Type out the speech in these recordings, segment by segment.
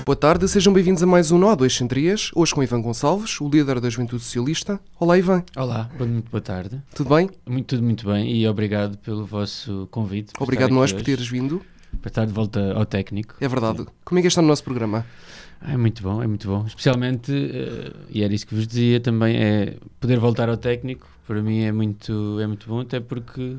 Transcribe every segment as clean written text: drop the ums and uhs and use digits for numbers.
boa tarde, sejam bem-vindos a mais um Nó 203, hoje com Ivan Gonçalves, o líder da Juventude Socialista. Olá, Ivan. Olá, muito boa tarde. Tudo bem? Tudo muito bem e obrigado pelo vosso convite. Obrigado nós por teres vindo. Para estar de volta ao técnico. É verdade. Como é que está no nosso programa? É muito bom. Especialmente, e era isso que vos dizia também, é poder voltar ao técnico, para mim é muito bom, até porque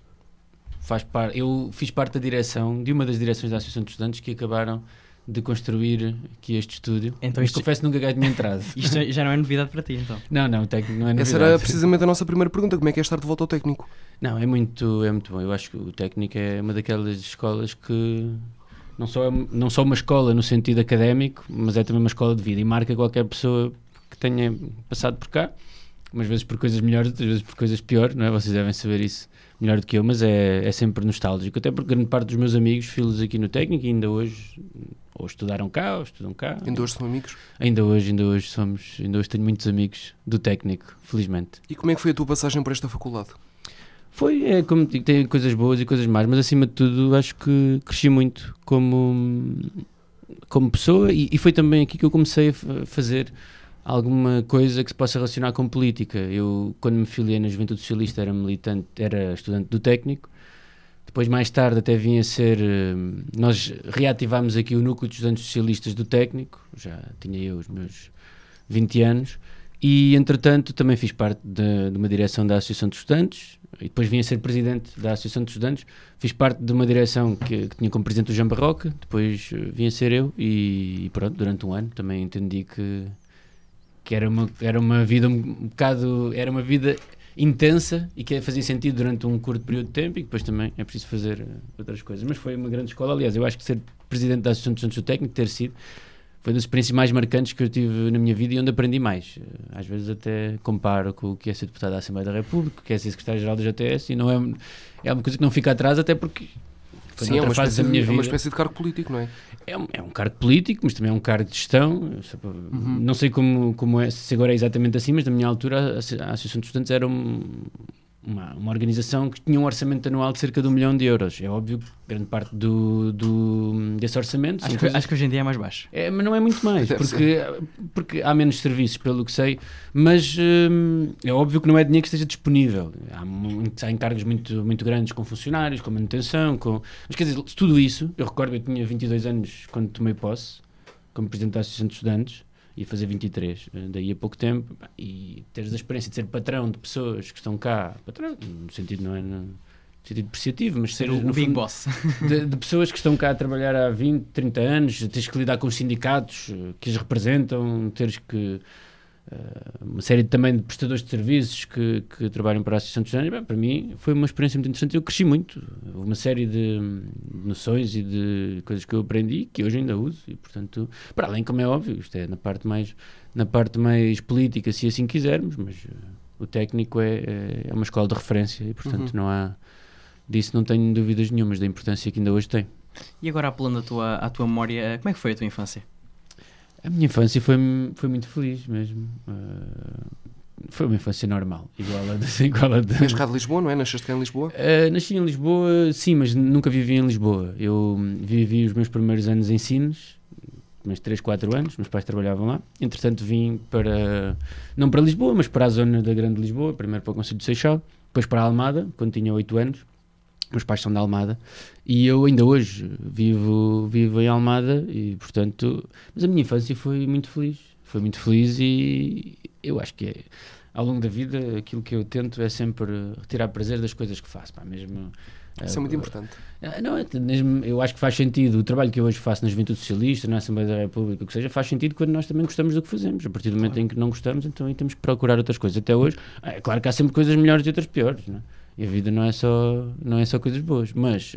eu fiz parte da direção, de uma das direções da Associação de Estudantes que acabaram de construir aqui este estúdio. Então mas confesso que nunca ganhei entrado. Isto já não é novidade para ti, então? Não, o técnico não é novidade. Essa era precisamente a nossa primeira pergunta, como é que é estar de volta ao técnico? Não, é muito bom. Eu acho que o técnico é uma daquelas escolas que não só uma escola no sentido académico, mas é também uma escola de vida e marca qualquer pessoa que tenha passado por cá, umas vezes por coisas melhores, outras vezes por coisas piores, não é? Vocês devem saber isso melhor do que eu, mas é sempre nostálgico, até porque grande parte dos meus amigos, filhos aqui no técnico, ainda hoje ou estudaram cá, ou estudam cá. Ainda hoje são amigos? Ainda hoje tenho muitos amigos do técnico, felizmente. E como é que foi a tua passagem por esta faculdade? Como digo, tem coisas boas e coisas más, mas acima de tudo acho que cresci muito como pessoa e foi também aqui que eu comecei a fazer alguma coisa que se possa relacionar com política. Eu, quando me filiei na Juventude Socialista, era estudante do técnico. Depois, mais tarde, até vim a ser... Nós reativámos aqui o núcleo de estudantes socialistas do técnico, já tinha eu os meus 20 anos, e, entretanto, também fiz parte de uma direção da Associação de Estudantes, e depois vim a ser presidente da Associação de Estudantes, fiz parte de uma direção que tinha como presidente o Jean Barroca, depois vim a ser eu, e pronto, durante um ano também entendi que era uma vida era uma vida intensa e que fazia sentido durante um curto período de tempo e que depois também é preciso fazer outras coisas. Mas foi uma grande escola, aliás, eu acho que ser presidente da Associação de Estudantes do Técnico, ter sido, foi das experiências mais marcantes que eu tive na minha vida e onde aprendi mais. Às vezes até comparo com o que é ser deputado da Assembleia da República, que é ser secretário-geral da JTS, e não é uma coisa que não fica atrás, até porque sim, é uma espécie de cargo político, não é? É um cargo político, mas também é um cargo de gestão. Não sei como é, se agora é exatamente assim, mas na minha altura a Associação de Estudantes era uma organização que tinha um orçamento anual de cerca de 1 milhão de euros. É óbvio que grande parte desse orçamento... Acho que hoje em dia é mais baixo. Mas não é muito mais, porque há menos serviços, pelo que sei, mas é óbvio que não é dinheiro que esteja disponível. Há encargos muito, muito grandes com funcionários, com manutenção, mas quer dizer, tudo isso, eu recordo, eu tinha 22 anos quando tomei posse, como presidente da Associação de Estudantes, ia fazer 23, daí a pouco tempo, e teres a experiência de ser patrão de pessoas que estão cá, patrão, no sentido não é no sentido depreciativo, mas ser o big boss de pessoas que estão cá a trabalhar há 20, 30 anos, tens que lidar com os sindicatos que os representam, teres que uma série também de prestadores de serviços que trabalham para a Associação de Estudantes. Para mim foi uma experiência muito interessante, eu cresci muito, houve uma série de noções e de coisas que eu aprendi que hoje ainda uso e portanto, para além, como é óbvio, isto é na parte mais política, se assim quisermos, mas o técnico é uma escola de referência e portanto disso não tenho dúvidas nenhumas da importância que ainda hoje tem. E agora, apelando à tua memória, como é que foi a tua infância? A minha infância foi muito feliz mesmo. Foi uma infância normal, igual a de... És cá de Lisboa, não é? Nasceste cá em Lisboa? Nasci em Lisboa, sim, mas nunca vivi em Lisboa. Eu vivi os meus primeiros anos em Sines, meus 3, 4 anos, meus pais trabalhavam lá. Entretanto vim não para Lisboa, mas para a zona da Grande Lisboa, primeiro para o Concelho de Seixal, depois para a Almada, quando tinha 8 anos. Meus pais são da Almada e eu ainda hoje vivo em Almada e portanto, mas a minha infância foi muito feliz e eu acho que ao longo da vida aquilo que eu tento é sempre retirar prazer das coisas que faço, mesmo. Isso é muito importante. Mesmo, eu acho que faz sentido, o trabalho que eu hoje faço na Juventude Socialista, na Assembleia da República, o que seja, faz sentido quando nós também gostamos do que fazemos. A partir do momento em que não gostamos, então aí temos que procurar outras coisas. Até hoje, é claro que há sempre coisas melhores e outras piores, não é? E a vida não é só coisas boas, mas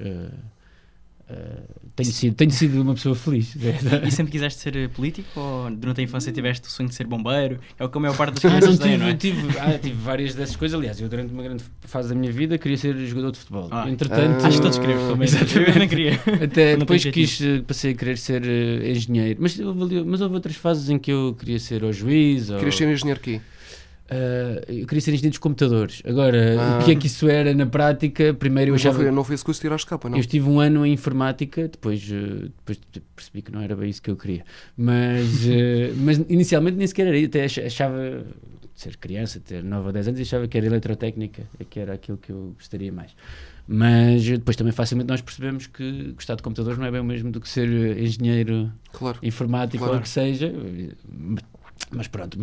tenho sido uma pessoa feliz. E sempre quiseste ser político ou durante a infância tiveste o sonho de ser bombeiro? É o que a maior parte das crianças tem, não é? Tive várias dessas coisas. Aliás, eu durante uma grande fase da minha vida queria ser jogador de futebol. Entretanto, acho que todos queremos também. Exatamente. Eu não queria. Até depois passei a querer ser engenheiro. Mas houve outras fases em que eu queria ser ou juiz. Querias ser engenheiro quê? eu queria ser engenheiro dos computadores. Agora, o que é que isso era na prática? Primeiro eu achava... Não foi esse curso que tiraste capa, não? Eu estive um ano em informática, depois percebi que não era bem isso que eu queria. Mas inicialmente nem sequer era, até achava, ser criança, ter 9 ou 10 anos, achava que era eletrotécnica, que era aquilo que eu gostaria mais. Mas depois também facilmente nós percebemos que gostar de computadores não é bem o mesmo do que ser engenheiro informático ou o que seja. Mas pronto,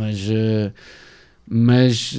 mas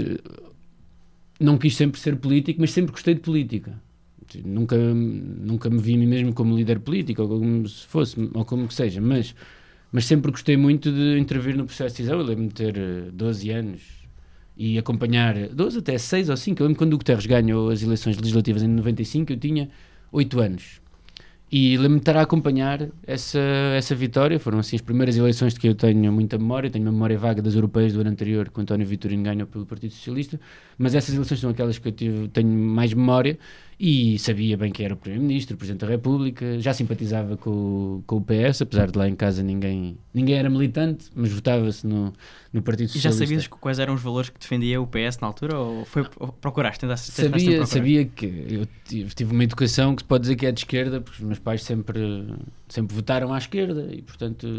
não quis sempre ser político, mas sempre gostei de política. Nunca me vi a mim mesmo como líder político, ou como se fosse, ou como que seja, mas sempre gostei muito de intervir no processo de decisão. Eu lembro-me de ter 12 anos e acompanhar 12 até 6 ou 5. Eu lembro quando o Guterres ganhou as eleições legislativas em 95, eu tinha 8 anos. E lembro-me de estar a acompanhar essa vitória. Foram assim as primeiras eleições de que eu tenho muita memória. Tenho uma memória vaga das europeias do ano anterior, que o António Vitorino ganhou pelo Partido Socialista, mas essas eleições são aquelas que eu tenho mais memória, e sabia bem quem era o Primeiro-Ministro, o Presidente da República. Já simpatizava com o PS, apesar de lá em casa ninguém era militante, mas votava-se no Partido Socialista. E já sabias quais eram os valores que defendia o PS na altura, ou procuraste? Sabia que eu tive uma educação que se pode dizer que é de esquerda, porque os meus pais sempre votaram à esquerda e, portanto,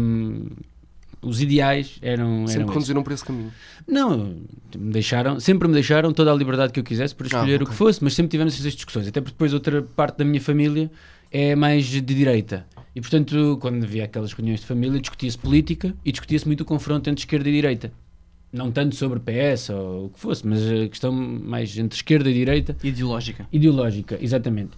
os ideais eram sempre conduziram por esse caminho. Não, sempre me deixaram toda a liberdade que eu quisesse para escolher o que fosse, mas sempre tivemos essas discussões, até porque depois outra parte da minha família é mais de direita, e portanto quando havia aquelas reuniões de família discutia-se política e discutia-se muito o confronto entre esquerda e direita, não tanto sobre PS ou o que fosse, mas a questão mais entre esquerda e direita. Ideológica, exatamente.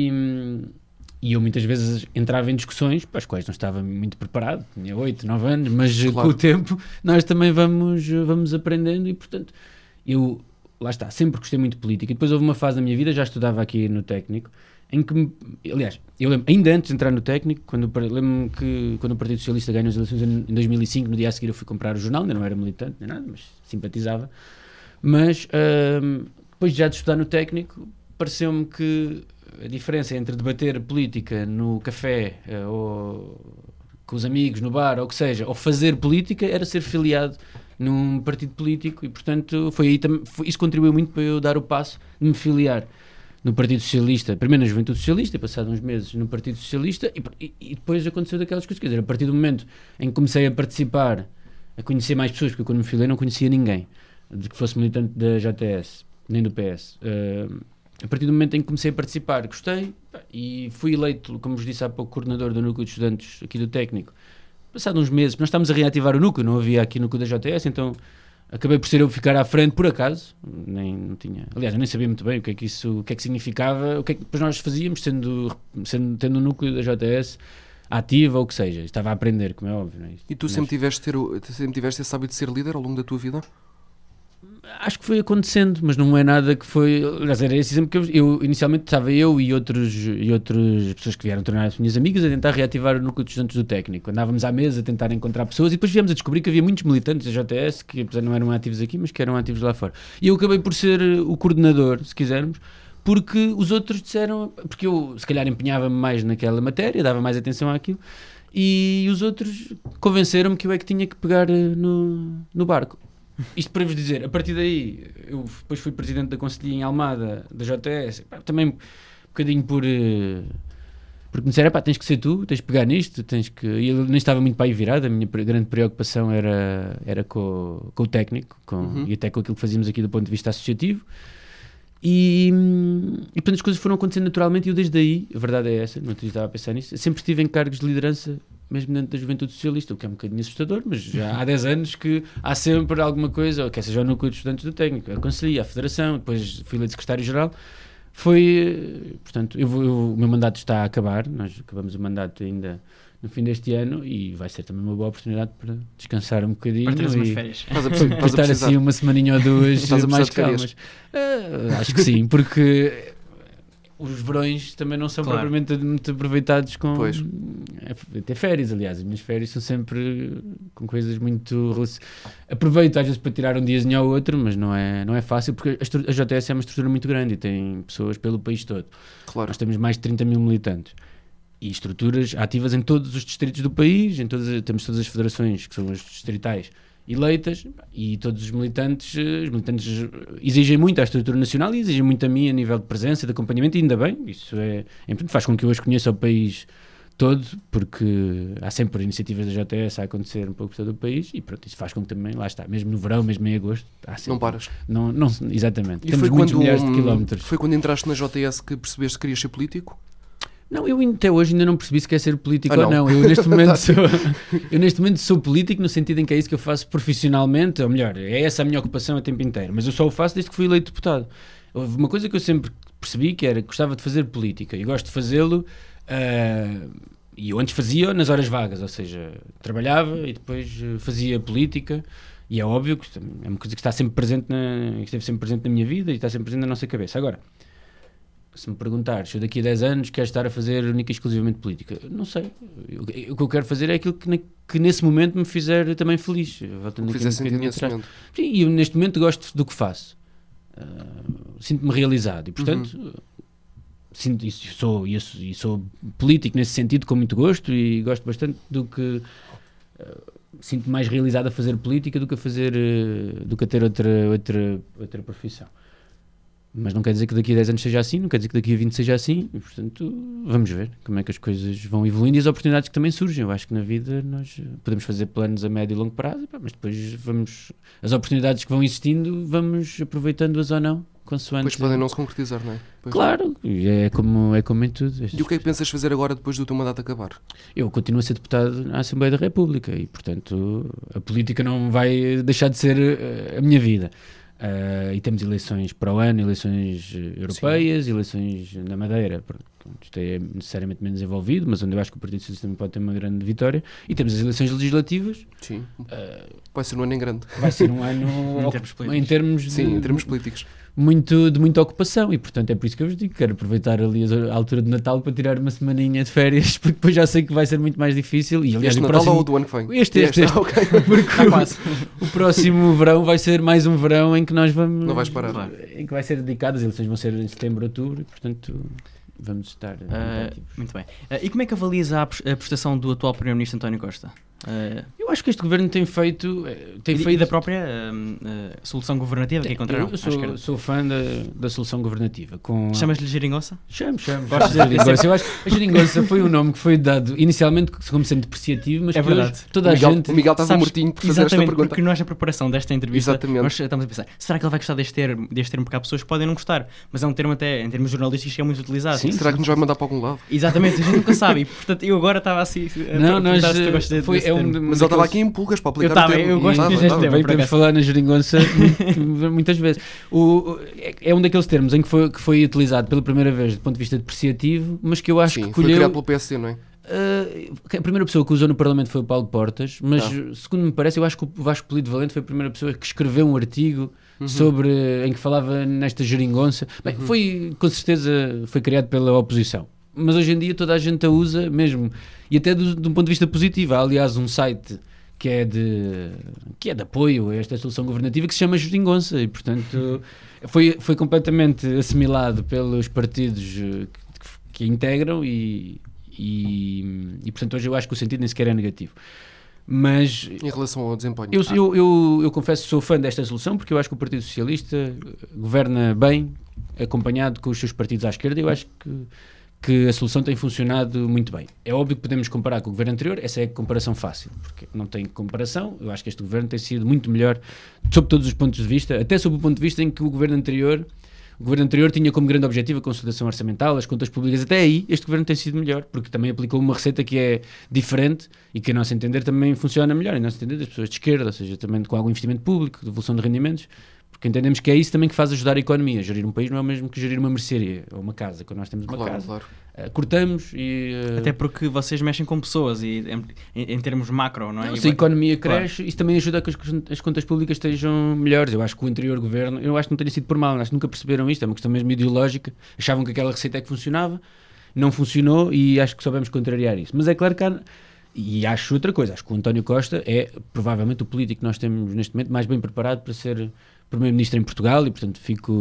E eu muitas vezes entrava em discussões para as quais não estava muito preparado, tinha 8, 9 anos, mas com o tempo nós também vamos aprendendo, e portanto eu, lá está, sempre gostei muito de política. E depois houve uma fase da minha vida, já estudava aqui no técnico, em que, aliás, eu lembro, ainda antes de entrar no técnico, lembro-me que quando o Partido Socialista ganhou as eleições em 2005, no dia a seguir eu fui comprar o jornal, ainda não era militante nem nada, mas simpatizava. Mas depois já de estudar no técnico, pareceu-me que a diferença entre debater política no café ou com os amigos no bar, ou o que seja, ou fazer política, era ser filiado num partido político, e portanto isso contribuiu muito para eu dar o passo de me filiar no Partido Socialista, primeiro na Juventude Socialista, e passado uns meses no Partido Socialista, e depois aconteceu daquelas coisas, quer dizer, a partir do momento em que comecei a participar, a conhecer mais pessoas, porque eu quando me filiei não conhecia ninguém de que fosse militante da JTS, nem do PS. A partir do momento em que comecei a participar, gostei, e fui eleito, como vos disse há pouco, coordenador do núcleo de estudantes aqui do técnico. Passado uns meses, nós estávamos a reativar o núcleo, não havia aqui núcleo da JTS, então acabei por ser eu ficar à frente por acaso, não tinha, aliás, eu nem sabia muito bem o que é que significava, o que é que depois nós fazíamos, tendo o núcleo da JTS ativa ou o que seja, estava a aprender, como é óbvio. Não é? E tu sempre tiveste esse hábito de ser líder ao longo da tua vida? Acho que foi acontecendo, mas não é nada que foi... Aliás, era esse exemplo que eu inicialmente estava eu e outras pessoas que vieram tornar as minhas amigas a tentar reativar o núcleo de estudantes do técnico. Andávamos à mesa a tentar encontrar pessoas, e depois viemos a descobrir que havia muitos militantes da JTS que, apesar de não eram ativos aqui, mas que eram ativos lá fora. E eu acabei por ser o coordenador, se quisermos, porque os outros disseram... Porque eu, se calhar, empenhava-me mais naquela matéria, dava mais atenção àquilo, e os outros convenceram-me que eu é que tinha que pegar no barco. Isto para vos dizer, a partir daí eu depois fui presidente da Conselhia em Almada da JTS, também um bocadinho porque me disseram, tens que ser tu, tens que pegar nisto, e eu nem estava muito para aí virado. A minha grande preocupação era com o técnico, e até com aquilo que fazíamos aqui do ponto de vista associativo, e portanto as coisas foram acontecendo naturalmente, e eu desde aí, a verdade é essa, não estava a pensar nisso, sempre estive em cargos de liderança, mesmo dentro da Juventude Socialista, o que é um bocadinho assustador, mas já há 10 anos que há sempre alguma coisa, quer seja o núcleo de estudantes do técnico, a Conselhia, a Federação, depois fui eleito secretário-geral. Portanto, o meu mandato está a acabar, nós acabamos o mandato ainda no fim deste ano, e vai ser também uma boa oportunidade para descansar um bocadinho. Para teres umas férias. Para estar assim uma semaninha ou duas mais calmas. Acho que sim, porque os verões também não são propriamente muito aproveitados com até férias. Aliás, as minhas férias são sempre com coisas muito... Aproveito às vezes para tirar um diazinho ao outro, mas não é fácil, porque a JTS é uma estrutura muito grande e tem pessoas pelo país todo. Claro. Nós temos mais de 30 mil militantes e estruturas ativas em todos os distritos do país, temos todas as federações, que são as distritais, eleitas, e todos os militantes exigem muito à estrutura nacional e exigem muito a mim a nível de presença, de acompanhamento, e ainda bem, isso faz com que eu hoje conheça o país todo, porque há sempre iniciativas da JTS a acontecer um pouco por todo o país, e pronto, isso faz com que também, lá está, mesmo no verão, mesmo em agosto, há sempre, Não paras. não, exatamente, E temos muitos milhares de quilómetros. Foi quando entraste na JTS que percebeste que querias ser político? Não, eu até hoje ainda não percebi se quer ser político ou não. não. Eu neste momento sou político no sentido em que é isso que eu faço profissionalmente, ou melhor, é essa a minha ocupação o tempo inteiro, mas eu só o faço desde que fui eleito deputado. Houve uma coisa que eu sempre percebi, que era que gostava de fazer política, e gosto de fazê-lo, e eu antes fazia nas horas vagas, ou seja, trabalhava e depois fazia política, e é óbvio que é uma coisa que está sempre presente que esteve sempre presente na minha vida e está sempre presente na nossa cabeça. Agora, se me perguntares se eu daqui a 10 anos quero estar a fazer única e exclusivamente política, não sei. O que eu quero fazer é aquilo que nesse momento me fizer também feliz. O que fizer sentido nesse momento. Sim, e eu neste momento gosto do que faço. Sinto-me realizado e, portanto, sinto isso, sou político nesse sentido com muito gosto, e gosto bastante do que... sinto mais realizado a fazer política do que a ter outra profissão. Mas não quer dizer que daqui a 10 anos seja assim, não quer dizer que daqui a 20 seja assim, e portanto vamos ver como é que as coisas vão evoluindo e as oportunidades que também surgem. Eu acho que na vida nós podemos fazer planos a médio e longo prazo, mas depois as oportunidades que vão existindo, vamos aproveitando-as ou não, consoante... Depois podem não se concretizar, não é? Pois. Claro, é como em tudo. E o que é que pensas fazer agora depois do teu mandato acabar? Eu continuo a ser deputado na Assembleia da República e, portanto, a política não vai deixar de ser a minha vida. E temos eleições para o ano, eleições europeias, eleições na Madeira, isto é necessariamente menos envolvido, mas onde eu acho que o Partido Socialista também pode ter uma grande vitória, e temos as eleições legislativas. Sim, vai ser um ano em grande. Vai ser um ano em termos políticos. De muita ocupação, e portanto é por isso que eu vos digo que quero aproveitar ali a altura de Natal para tirar uma semaninha de férias, porque depois já sei que vai ser muito mais difícil. E, aliás, este Natal ou do ano que vem? Este. Okay. Porque o próximo verão vai ser mais um verão em que nós vamos... Não vais parar. Claro. Em que vai ser dedicado, as eleições vão ser em setembro, outubro, e portanto vamos estar... muito bem. E como é que avalias a prestação do atual Primeiro-Ministro António Costa? Eu acho que este governo tem feito... E da própria solução governativa que encontraram? Eu sou fã da solução governativa. Chamas-lhe geringonça? Chamo. Gosto de geringonça. Eu acho que a geringonça foi um nome que foi dado inicialmente como sendo depreciativo, mas verdade. Toda a gente... O Miguel estava mortinho por fazer esta pergunta. Porque nós, na preparação desta entrevista, nós estamos a pensar, será que ele vai gostar deste termo? Porque há pessoas que podem não gostar, mas é um termo até, em termos jornalísticos, que é muito utilizado. Sim, será que nos vai mandar para algum lado? Exatamente, a gente nunca sabe. E, portanto, eu agora estava assim... Mas ele estava aqui em pulgas para aplicar o termo. Eu gosto de este termo. Podemos falar na geringonça muitas vezes. É um daqueles termos em que foi utilizado pela primeira vez do ponto de vista depreciativo, mas que eu acho que colheu... foi criado pelo PSD, não é? A primeira pessoa que usou no Parlamento foi o Paulo Portas, mas segundo me parece, eu acho que o Vasco Polido Valente foi a primeira pessoa que escreveu um artigo em que falava nesta geringonça. Bem, com certeza foi criado pela oposição, mas hoje em dia toda a gente a usa mesmo, e até de um ponto de vista positivo. Há, aliás, um site que é de apoio a esta solução governativa que se chama Geringonça, e portanto foi completamente assimilado pelos partidos que a integram, e portanto hoje eu acho que o sentido nem sequer é negativo. Mas em relação ao desempenho, eu confesso que sou fã desta solução, porque eu acho que o Partido Socialista governa bem, acompanhado com os seus partidos à esquerda. Eu acho que a solução tem funcionado muito bem. É óbvio que podemos comparar com o governo anterior, essa é a comparação fácil, porque não tem comparação. Eu acho que este governo tem sido muito melhor sob todos os pontos de vista, até sob o ponto de vista em que o governo anterior tinha como grande objetivo a consolidação orçamental, as contas públicas. Até aí este governo tem sido melhor, porque também aplicou uma receita que é diferente e que, a nosso entender, também funciona melhor, a nosso entender, das pessoas de esquerda, ou seja, também com algum investimento público, devolução de rendimentos, porque entendemos que é isso também que faz ajudar a economia. Gerir um país não é o mesmo que gerir uma mercearia ou uma casa. Quando nós temos uma casa, claro. Cortamos e... Até porque vocês mexem com pessoas e em termos macro, não é? Se a economia cresce, isso também ajuda a que as contas públicas estejam melhores. Eu acho que o anterior governo, eu acho que não tenha sido por mal, acho que nunca perceberam isto, é uma questão mesmo ideológica. Achavam que aquela receita é que funcionava, não funcionou, e acho que soubemos contrariar isso. Mas é claro que e acho outra coisa, acho que o António Costa é provavelmente o político que nós temos neste momento mais bem preparado para ser Primeiro-Ministro em Portugal, e portanto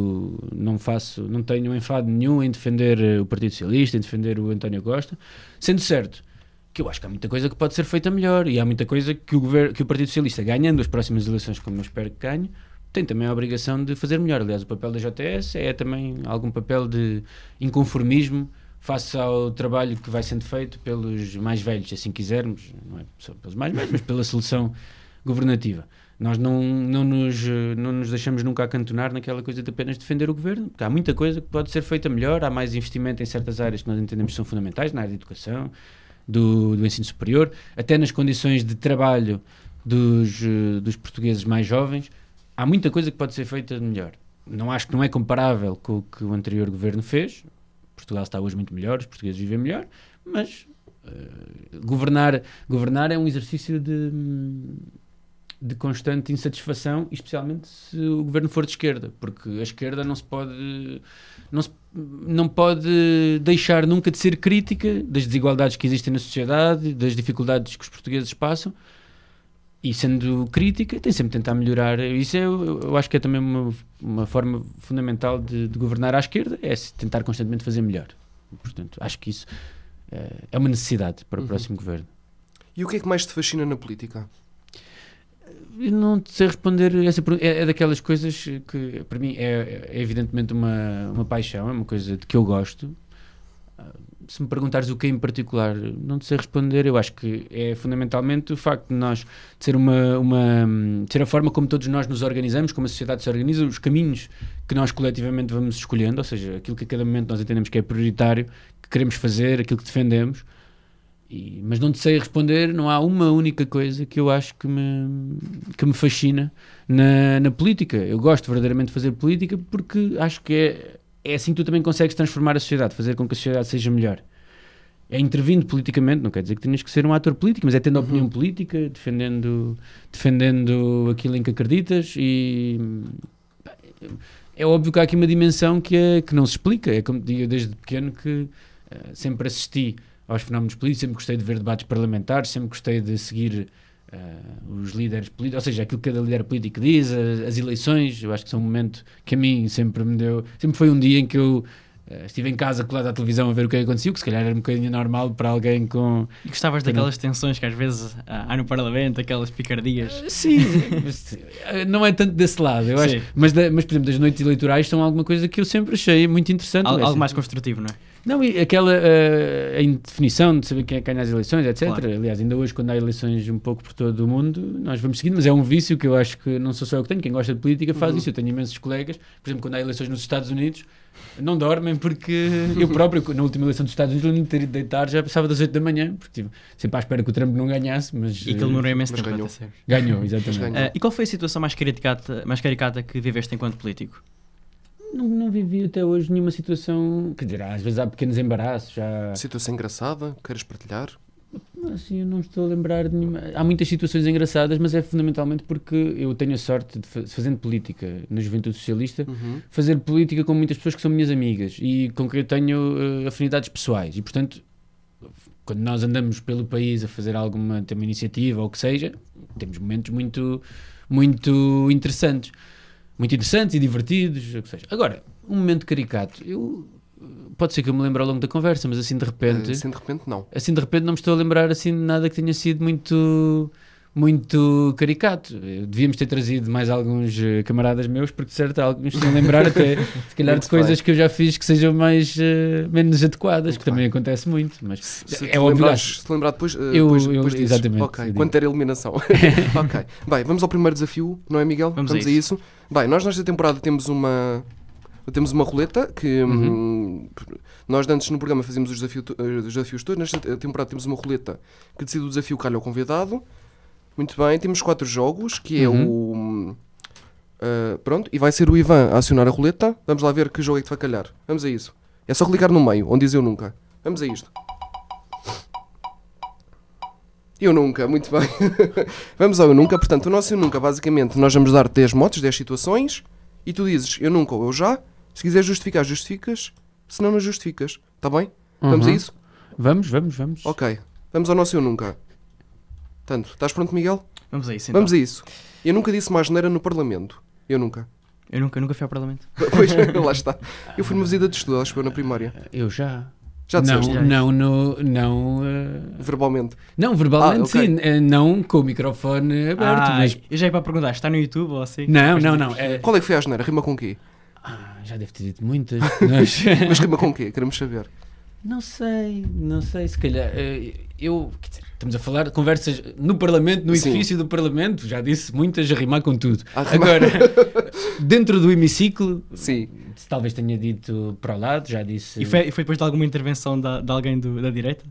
não tenho enfado nenhum em defender o Partido Socialista, em defender o António Costa, sendo certo que eu acho que há muita coisa que pode ser feita melhor, e há muita coisa que o Partido Socialista, ganhando as próximas eleições, como eu espero que ganhe, tem também a obrigação de fazer melhor. Aliás, o papel da JTS é também algum papel de inconformismo face ao trabalho que vai sendo feito pelos mais velhos, se assim quisermos, não é só pelos mais velhos, mas pela solução governativa. Nós não nos deixamos nunca acantonar naquela coisa de apenas defender o governo, porque há muita coisa que pode ser feita melhor, há mais investimento em certas áreas que nós entendemos que são fundamentais, na área da educação, do ensino superior, até nas condições de trabalho dos portugueses mais jovens. Há muita coisa que pode ser feita melhor. Não acho que não é comparável com o que o anterior governo fez. Portugal está hoje muito melhor, os portugueses vivem melhor, mas governar é um exercício de constante insatisfação, especialmente se o governo for de esquerda, porque a esquerda não pode deixar nunca de ser crítica das desigualdades que existem na sociedade, das dificuldades que os portugueses passam, e sendo crítica tem sempre de tentar melhorar. Isso eu acho que é também uma forma fundamental de governar à esquerda, é tentar constantemente fazer melhor. Portanto, acho que isso é uma necessidade para o próximo governo. E o que é que mais te fascina na política? Eu não sei responder essa pergunta. É daquelas coisas que para mim é evidentemente uma paixão, é uma coisa de que eu gosto. Se me perguntares o que em particular, não te sei responder. Eu acho que é fundamentalmente o facto de nós ser ser a forma como todos nós nos organizamos, como a sociedade se organiza, os caminhos que nós coletivamente vamos escolhendo, ou seja, aquilo que a cada momento nós entendemos que é prioritário, que queremos fazer, aquilo que defendemos. Mas não te sei responder, não há uma única coisa que eu acho que me fascina na política. Eu gosto verdadeiramente de fazer política porque acho que é assim que tu também consegues transformar a sociedade, fazer com que a sociedade seja melhor. É intervindo politicamente, não quer dizer que tenhas que ser um ator político, mas é tendo opinião política, defendendo aquilo em que acreditas, e é óbvio que há aqui uma dimensão que não se explica. É como digo, desde pequeno que sempre assisti aos fenómenos políticos, sempre gostei de ver debates parlamentares, sempre gostei de seguir os líderes políticos, ou seja, aquilo que cada líder político diz, as eleições. Eu acho que são um momento que a mim sempre foi um dia em que eu estive em casa colado à televisão a ver o que aconteceu, que se calhar era um bocadinho normal para alguém com... E gostavas daquelas tensões que às vezes há no Parlamento, aquelas picardias? Sim, não é tanto desse lado, eu acho. Mas, por exemplo, das noites eleitorais são alguma coisa que eu sempre achei muito interessante. Algo mais construtivo, não é? Não, e aquela a indefinição de saber quem é que ganha as eleições, etc. Claro. Aliás, ainda hoje, quando há eleições um pouco por todo o mundo, nós vamos seguindo, mas é um vício que eu acho que não sou só eu que tenho. Quem gosta de política faz isso. Eu tenho imensos colegas, por exemplo, quando há eleições nos Estados Unidos, não dormem, porque eu próprio, na última eleição dos Estados Unidos, eu não ter ido deitar, já passava das 8 da manhã, porque sempre à espera que o Trump não ganhasse. Mas, e que ele demorou imenso tempo. Ganhou, exatamente. E qual foi a situação mais caricata que viveste enquanto político? Não vivi até hoje nenhuma situação, quer dizer, às vezes há pequenos embaraços. Situação engraçada? Queres partilhar? Assim, eu não estou a lembrar de nenhuma. Há muitas situações engraçadas, mas é fundamentalmente porque eu tenho a sorte de, fazendo política na Juventude Socialista, fazer política com muitas pessoas que são minhas amigas e com quem eu tenho afinidades pessoais. E, portanto, quando nós andamos pelo país a fazer alguma iniciativa ou o que seja, temos momentos muito interessantes. Muito interessantes e divertidos, ou seja. Agora, um momento caricato, pode ser que eu me lembre ao longo da conversa, mas assim de repente... Assim de repente não. Assim de repente não me estou a lembrar assim de nada que tenha sido muito caricato. Devíamos ter trazido mais alguns camaradas meus, porque de certo alguns se lembrar até, se calhar, de coisas que eu já fiz que sejam menos adequadas, que também acontece muito. Mas se lembrar depois, depois disso. Exatamente. Ok, quando ter a eliminação. Ok. Bem, vamos ao primeiro desafio, não é, Miguel? Vamos a isso. Bem, nós nesta temporada temos uma roleta que nós antes no programa fazíamos os desafios todos. Nesta temporada temos uma roleta que decide o desafio que calha ao convidado. Muito bem, temos 4 jogos, que é pronto, e vai ser o Ivan a acionar a roleta. Vamos lá ver que jogo é que te vai calhar. Vamos a isso. É só clicar no meio, onde diz eu nunca. Vamos a isto. Eu nunca, muito bem. Vamos ao eu nunca. Portanto, o nosso eu nunca, basicamente, nós vamos dar 10 motos, 10 situações, e tu dizes eu nunca ou eu já. Se quiseres justificar, justificas. Se não justificas. Está bem? Vamos a isso? Vamos. Ok. Vamos ao nosso eu nunca. Portanto, estás pronto, Miguel? Vamos a isso, então. Vamos a isso. Eu nunca disse mais asneira no Parlamento. Eu nunca fui ao Parlamento. Pois, lá está. Eu fui numa visita de estudo, acho que foi na primária. Eu já. Já disseste? Não, verbalmente. Não, verbalmente okay. Sim, não com o microfone aberto. Mas... Eu já ia para perguntar, está no YouTube ou assim? Não. Qual é que foi a asneira? Rima com quê? Já deve ter dito muitas. Mas rima com quê? Queremos saber. Não sei, se calhar. Estamos a falar de conversas no Parlamento, no edifício do Parlamento, já disse muitas a rimar com tudo. Agora, dentro do hemiciclo, sim. Talvez tenha dito para o lado, já disse. E foi depois de alguma intervenção de alguém da direita?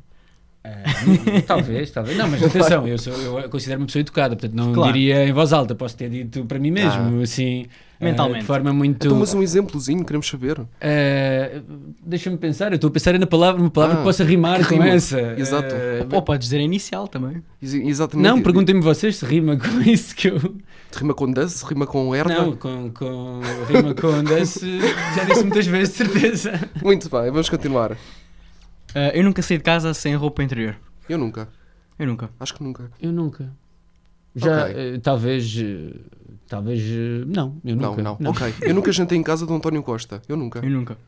Talvez. Não, mas atenção, eu considero-me uma pessoa educada, portanto não diria em voz alta, posso ter dito para mim mesmo, assim, mentalmente. De forma muito... Então, mas um exemplozinho, queremos saber. Deixa-me pensar, eu estou a pensar uma palavra que possa rimar com essa. Exato. Ou podes dizer a inicial também. Exatamente. Não, perguntem-me vocês se rima com isso que eu... Rima com dance? Rima com herda? Não, rima com dance, já disse muitas vezes, de certeza. Muito bem, vamos continuar. Eu nunca saí de casa sem roupa interior. Eu nunca. Acho que nunca. Eu nunca. Já, talvez não, eu nunca. Não. Ok. Eu nunca jantei em casa do António Costa. Eu nunca.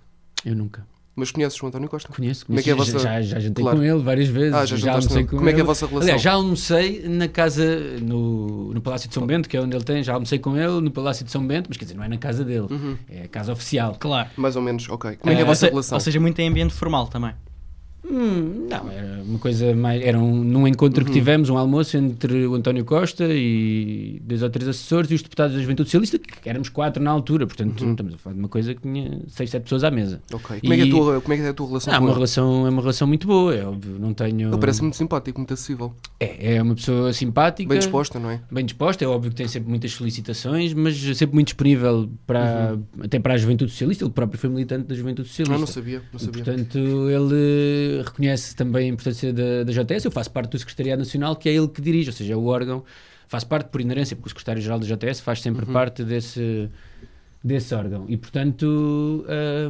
Mas conheces o António Costa? Conheço. Como é que é a vossa... Já jantei com ele várias vezes. Já almocei com ele. Como é que é a vossa relação? Aliás, já almocei na casa, no Palácio de São Bento, que é onde ele tem. Já almocei com ele no Palácio de São Bento, mas quer dizer, não é na casa dele. É a casa oficial. Claro. Mais ou menos, ok. Como é que é a vossa relação? Ou seja, muito em ambiente formal também. Não, era uma coisa mais... Era num encontro que tivemos, um almoço entre o António Costa e 2 ou 3 assessores e os deputados da Juventude Socialista, que éramos 4 na altura, portanto estamos a falar de uma coisa que tinha 6, 7 pessoas à mesa. Ok. Como é que é a tua relação com ele? É uma relação muito boa, é óbvio, não tenho... Ele parece muito simpático, muito acessível. É uma pessoa simpática. Bem disposta, não é? Bem disposta, é óbvio que tem sempre muitas solicitações, mas sempre muito disponível até para a Juventude Socialista. Ele próprio foi militante da Juventude Socialista. Não sabia. E, portanto, ele reconhece também a importância da JS. Eu faço parte do Secretariado Nacional, que é ele que dirige, ou seja, é o órgão, faço parte por inerência, porque o Secretário-Geral da JS faz sempre parte desse órgão. E, portanto,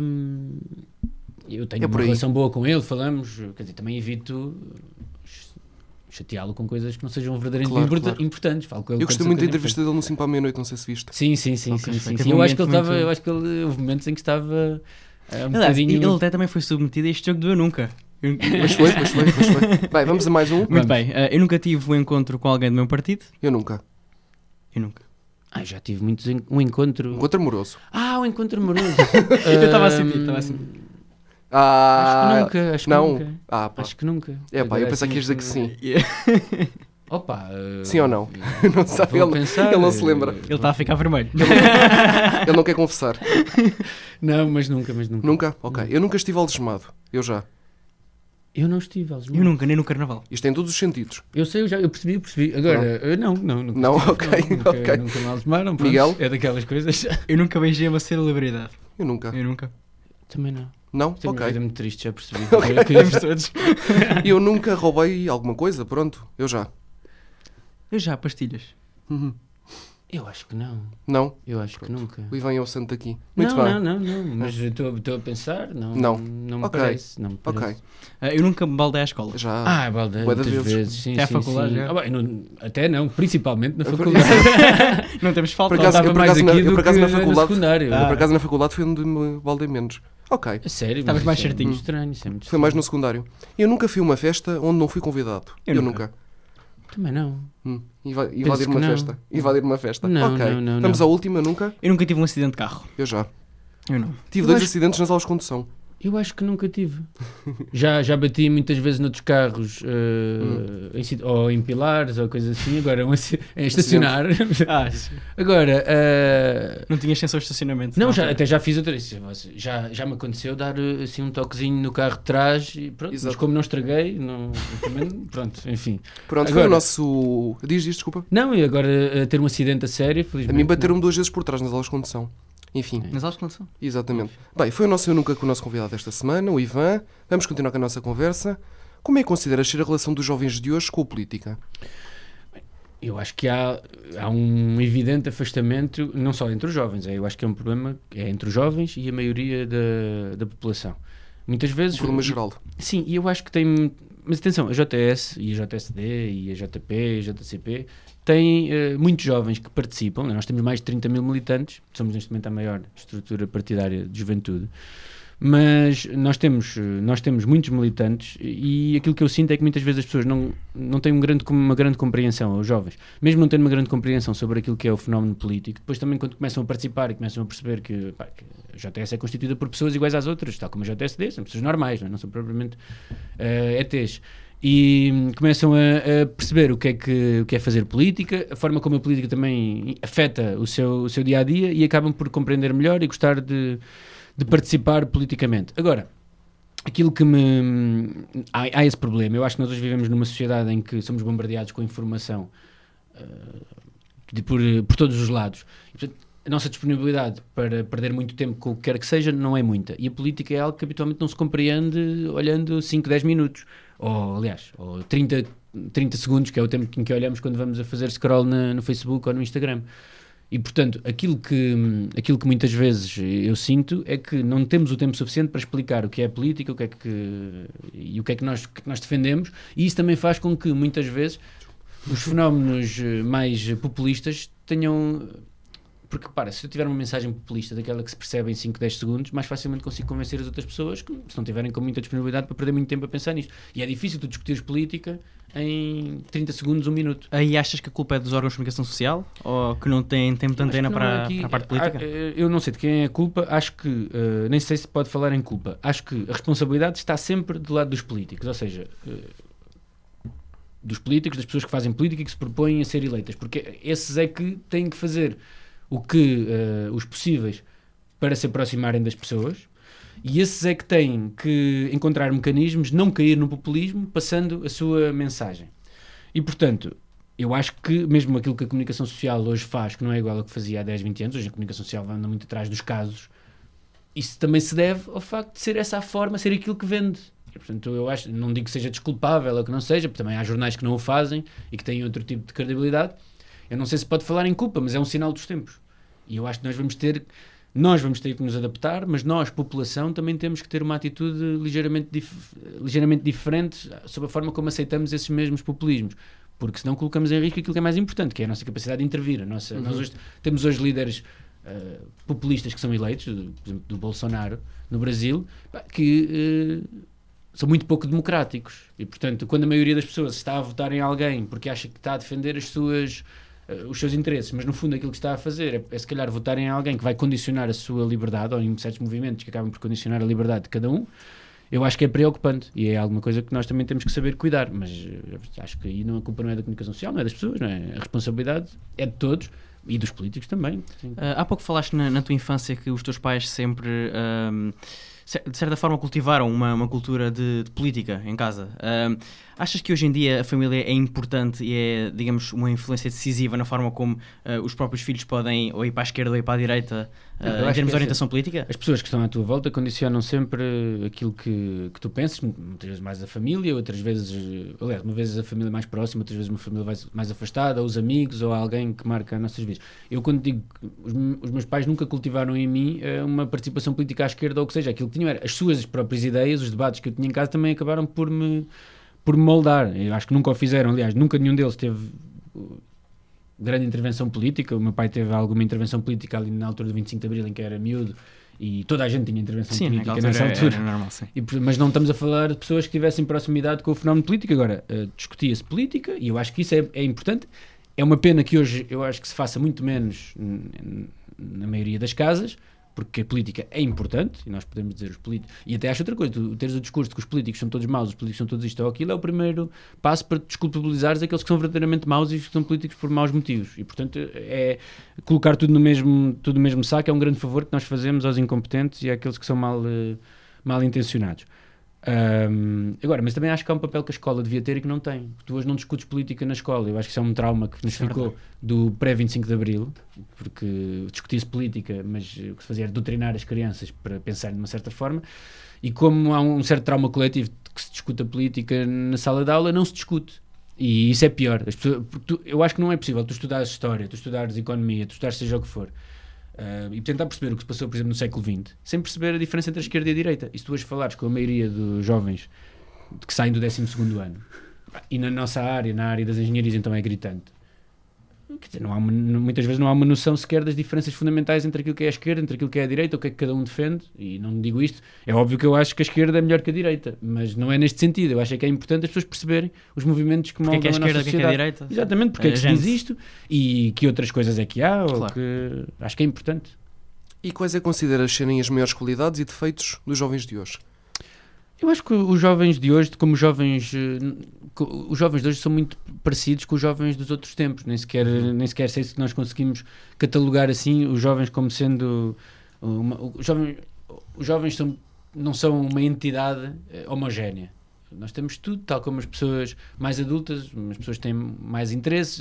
eu tenho uma relação boa com ele, falamos, quer dizer, também evito chateá-lo com coisas que não sejam verdadeiramente importantes. Falo com ele. Eu gostei muito da entrevista dele no 5 para a meia-noite, não sei se viste. Sim. Eu acho que ele houve momentos em que estava bocadinho... Ele até também foi submetido a este jogo do Eu Nunca. Pois foi. Bem, vamos a mais um. Muito bem. Eu nunca tive um encontro com alguém do meu partido. Eu nunca. Já tive muitos um encontro... Encontro amoroso. Um encontro amoroso. Eu estava a sentir. Acho que nunca. Acho que nunca. Eu pensava que ias dizer que sim. Opa, sim ou não? Não sabe, ele não se lembra. Ele está a ficar vermelho. Ele não quer confessar. Não, mas nunca. Nunca? Ok. Eu nunca estive algemado. Eu já. Eu não estive algemado. Eu nunca, nem no carnaval. Isto tem todos os sentidos. Eu sei, eu percebi. Agora, não. Não, ok. Nunca me algemaram. Miguel? É daquelas coisas. Eu nunca beijei uma celebridade. Eu nunca. Também não. Não? Tenho uma vida muito triste, já percebi. Todos. Eu nunca roubei alguma coisa, pronto. Eu já. Pastilhas. Eu acho que não. Não? Eu acho que nunca. O Ivan é o santo aqui. Muito bem. Não. Mas estou a pensar, não me parece. Ok. Eu nunca baldei à escola. Já. Baldei muitas vezes. Sim, até à faculdade. Até não, principalmente na faculdade. Não temos falta. Eu por acaso na faculdade foi onde me baldei menos. Ok. Sério? Estavas mais certinho. Estranho. Foi mais no secundário. Eu nunca fui a uma festa onde não fui convidado. Eu nunca. Também não. Invadir uma festa. Não, ok. não. Vamos à última, nunca? Eu nunca tive um acidente de carro. Eu já. Eu não. Tive 2 acidentes nas aulas de condução. Eu acho que nunca tive. Já bati muitas vezes noutros carros, ou em pilares, ou coisas assim. Agora, em estacionar. Agora... não tinhas sensor de estacionamento? Não, até já fiz outra. Já me aconteceu dar assim um toquezinho no carro de trás e pronto. Mas como não estraguei, pronto, enfim. Pronto, agora, foi o nosso... Diz, desculpa. Não, e agora ter um acidente a sério, felizmente. A mim bateram-me 2 vezes por trás nas aulas de condução. Enfim. Nas aulas de condução? Exatamente. Bem, foi o nosso Eu Nunca com o nosso convidado esta semana, o Ivan. Vamos continuar com a nossa conversa. Como é que consideras ser a relação dos jovens de hoje com a política? Eu acho que há um evidente afastamento, não só entre os jovens, eu acho que é um problema entre os jovens e a maioria da população. Muitas vezes... Um problema geral. Sim, e eu acho que tem... Mas atenção, a JS e a JSD e a JP e a JCP têm muitos jovens que participam, nós temos mais de 30 mil militantes, somos neste momento a maior estrutura partidária de juventude, Mas nós temos muitos militantes e aquilo que eu sinto é que muitas vezes as pessoas não têm uma grande compreensão, os jovens, mesmo não tendo uma grande compreensão sobre aquilo que é o fenómeno político, depois também quando começam a participar e começam a perceber que a JS é constituída por pessoas iguais às outras, tal como a JSD, são pessoas normais, não são propriamente ETs. E começam a perceber o que é fazer política, a forma como a política também afeta o seu dia-a-dia e acabam por compreender melhor e gostar de participar politicamente. Agora, aquilo que há esse problema. Eu acho que nós hoje vivemos numa sociedade em que somos bombardeados com informação por todos os lados. E, portanto, a nossa disponibilidade para perder muito tempo com o que quer que seja não é muita. E a política é algo que habitualmente não se compreende olhando 5, 10 minutos. Ou 30 segundos, que é o tempo em que olhamos quando vamos a fazer scroll no Facebook ou no Instagram. E, portanto, aquilo que muitas vezes eu sinto é que não temos o tempo suficiente para explicar o que é política, o que é que nós defendemos, e isso também faz com que, muitas vezes, os fenómenos mais populistas tenham... Porque, se eu tiver uma mensagem populista daquela que se percebe em 5, 10 segundos, mais facilmente consigo convencer as outras pessoas que, se não tiverem com muita disponibilidade, para perder muito tempo a pensar nisto. E é difícil tu discutires política em 30 segundos, 1 minuto. Aí achas que a culpa é dos órgãos de comunicação social? Ou que não têm tempo de antena para a parte política? Eu não sei de quem é a culpa. Acho que, nem sei se pode falar em culpa. Acho que a responsabilidade está sempre do lado dos políticos. Ou seja... dos políticos, das pessoas que fazem política e que se propõem a ser eleitas. Porque esses é que têm que fazer o que os possíveis para se aproximarem das pessoas, e esses é que têm que encontrar mecanismos, não cair no populismo, passando a sua mensagem. E, portanto, eu acho que mesmo aquilo que a comunicação social hoje faz, que não é igual ao que fazia há 10, 20 anos, hoje a comunicação social anda muito atrás dos casos, isso também se deve ao facto de ser essa a forma, ser aquilo que vende. E, portanto, eu acho, não digo que seja desculpável ou que não seja, porque também há jornais que não o fazem e que têm outro tipo de credibilidade. Eu não sei se pode falar em culpa, mas é um sinal dos tempos. E eu acho que nós vamos ter que nos adaptar, mas nós, população, também temos que ter uma atitude ligeiramente diferente sobre a forma como aceitamos esses mesmos populismos, porque senão colocamos em risco aquilo que é mais importante, que é a nossa capacidade de intervir. Nós temos hoje líderes populistas que são eleitos, por exemplo, do Bolsonaro, no Brasil, que são muito pouco democráticos. E, portanto, quando a maioria das pessoas está a votar em alguém porque acha que está a defender os seus interesses, mas no fundo aquilo que está a fazer é se calhar votar em alguém que vai condicionar a sua liberdade, ou em certos movimentos que acabam por condicionar a liberdade de cada um, eu acho que é preocupante e é alguma coisa que nós também temos que saber cuidar. Mas acho que aí a culpa não é da comunicação social, não é das pessoas, não é? A responsabilidade é de todos e dos políticos também. Há pouco falaste na tua infância que os teus pais sempre de certa forma cultivaram uma cultura de política em casa. Achas que hoje em dia a família é importante e é, digamos, uma influência decisiva na forma como os próprios filhos podem ou ir para a esquerda ou ir para a direita em termos de orientação política? As pessoas que estão à tua volta condicionam sempre aquilo que tu pensas, muitas vezes mais a família, outras vezes, aliás, uma vez a família mais próxima, outras vezes uma família mais afastada, ou os amigos, ou alguém que marca as nossas vidas. Eu, quando digo os meus pais nunca cultivaram em mim uma participação política à esquerda, ou o que seja, aquilo que tinham era as suas próprias ideias, os debates que eu tinha em casa também acabaram por me moldar. Eu acho que nunca o fizeram, aliás, nunca nenhum deles teve grande intervenção política. O meu pai teve alguma intervenção política ali na altura do 25 de Abril, em que era miúdo, e toda a gente tinha intervenção política nessa altura. Era normal, sim. Mas não estamos a falar de pessoas que tivessem proximidade com o fenómeno político. Agora, discutia-se política, e eu acho que isso é importante. É uma pena que hoje eu acho que se faça muito menos na maioria das casas, porque a política é importante, e nós podemos dizer os políticos, e até acho outra coisa, tu teres o discurso de que os políticos são todos maus, os políticos são todos isto ou aquilo, é o primeiro passo para desculpabilizares aqueles que são verdadeiramente maus e que são políticos por maus motivos, e portanto é colocar tudo no mesmo saco, é um grande favor que nós fazemos aos incompetentes e àqueles que são mal intencionados. Agora, mas também acho que há um papel que a escola devia ter e que não tem. Tu hoje não discutes política na escola. Eu acho que isso é um trauma que nos ficou do pré-25 de Abril, porque discutia-se política, mas o que se fazia era doutrinar as crianças para pensar de uma certa forma, e como há um certo trauma coletivo de que se discuta política na sala de aula, não se discute. E isso é pior. Eu acho que não é possível tu estudares história, tu estudares economia, tu estudares seja o que for, e tentar perceber o que se passou, por exemplo, no século XX, sem perceber a diferença entre a esquerda e a direita. E se tu hoje falares com a maioria dos jovens que saem do 12º ano, e na nossa área, na área das engenharias, então é gritante, Quer dizer, muitas vezes não há uma noção sequer das diferenças fundamentais entre aquilo que é a esquerda, entre aquilo que é a direita, o que é que cada um defende, e não digo isto, é óbvio que eu acho que a esquerda é melhor que a direita, mas não é neste sentido, eu acho que é importante as pessoas perceberem os movimentos que moldam a nossa sociedade. Porque é que é a direita? Exatamente, porque é que se diz isto, e que outras coisas é que há, ou que acho que é importante. E quais é que consideras serem as maiores qualidades e defeitos dos jovens de hoje? Eu acho que os jovens de hoje, como os jovens de hoje são muito parecidos com os jovens dos outros tempos, nem sequer sei se nós conseguimos catalogar assim os jovens como sendo os jovens não são uma entidade homogénea. Nós temos tudo, tal como as pessoas mais adultas, as pessoas têm mais interesses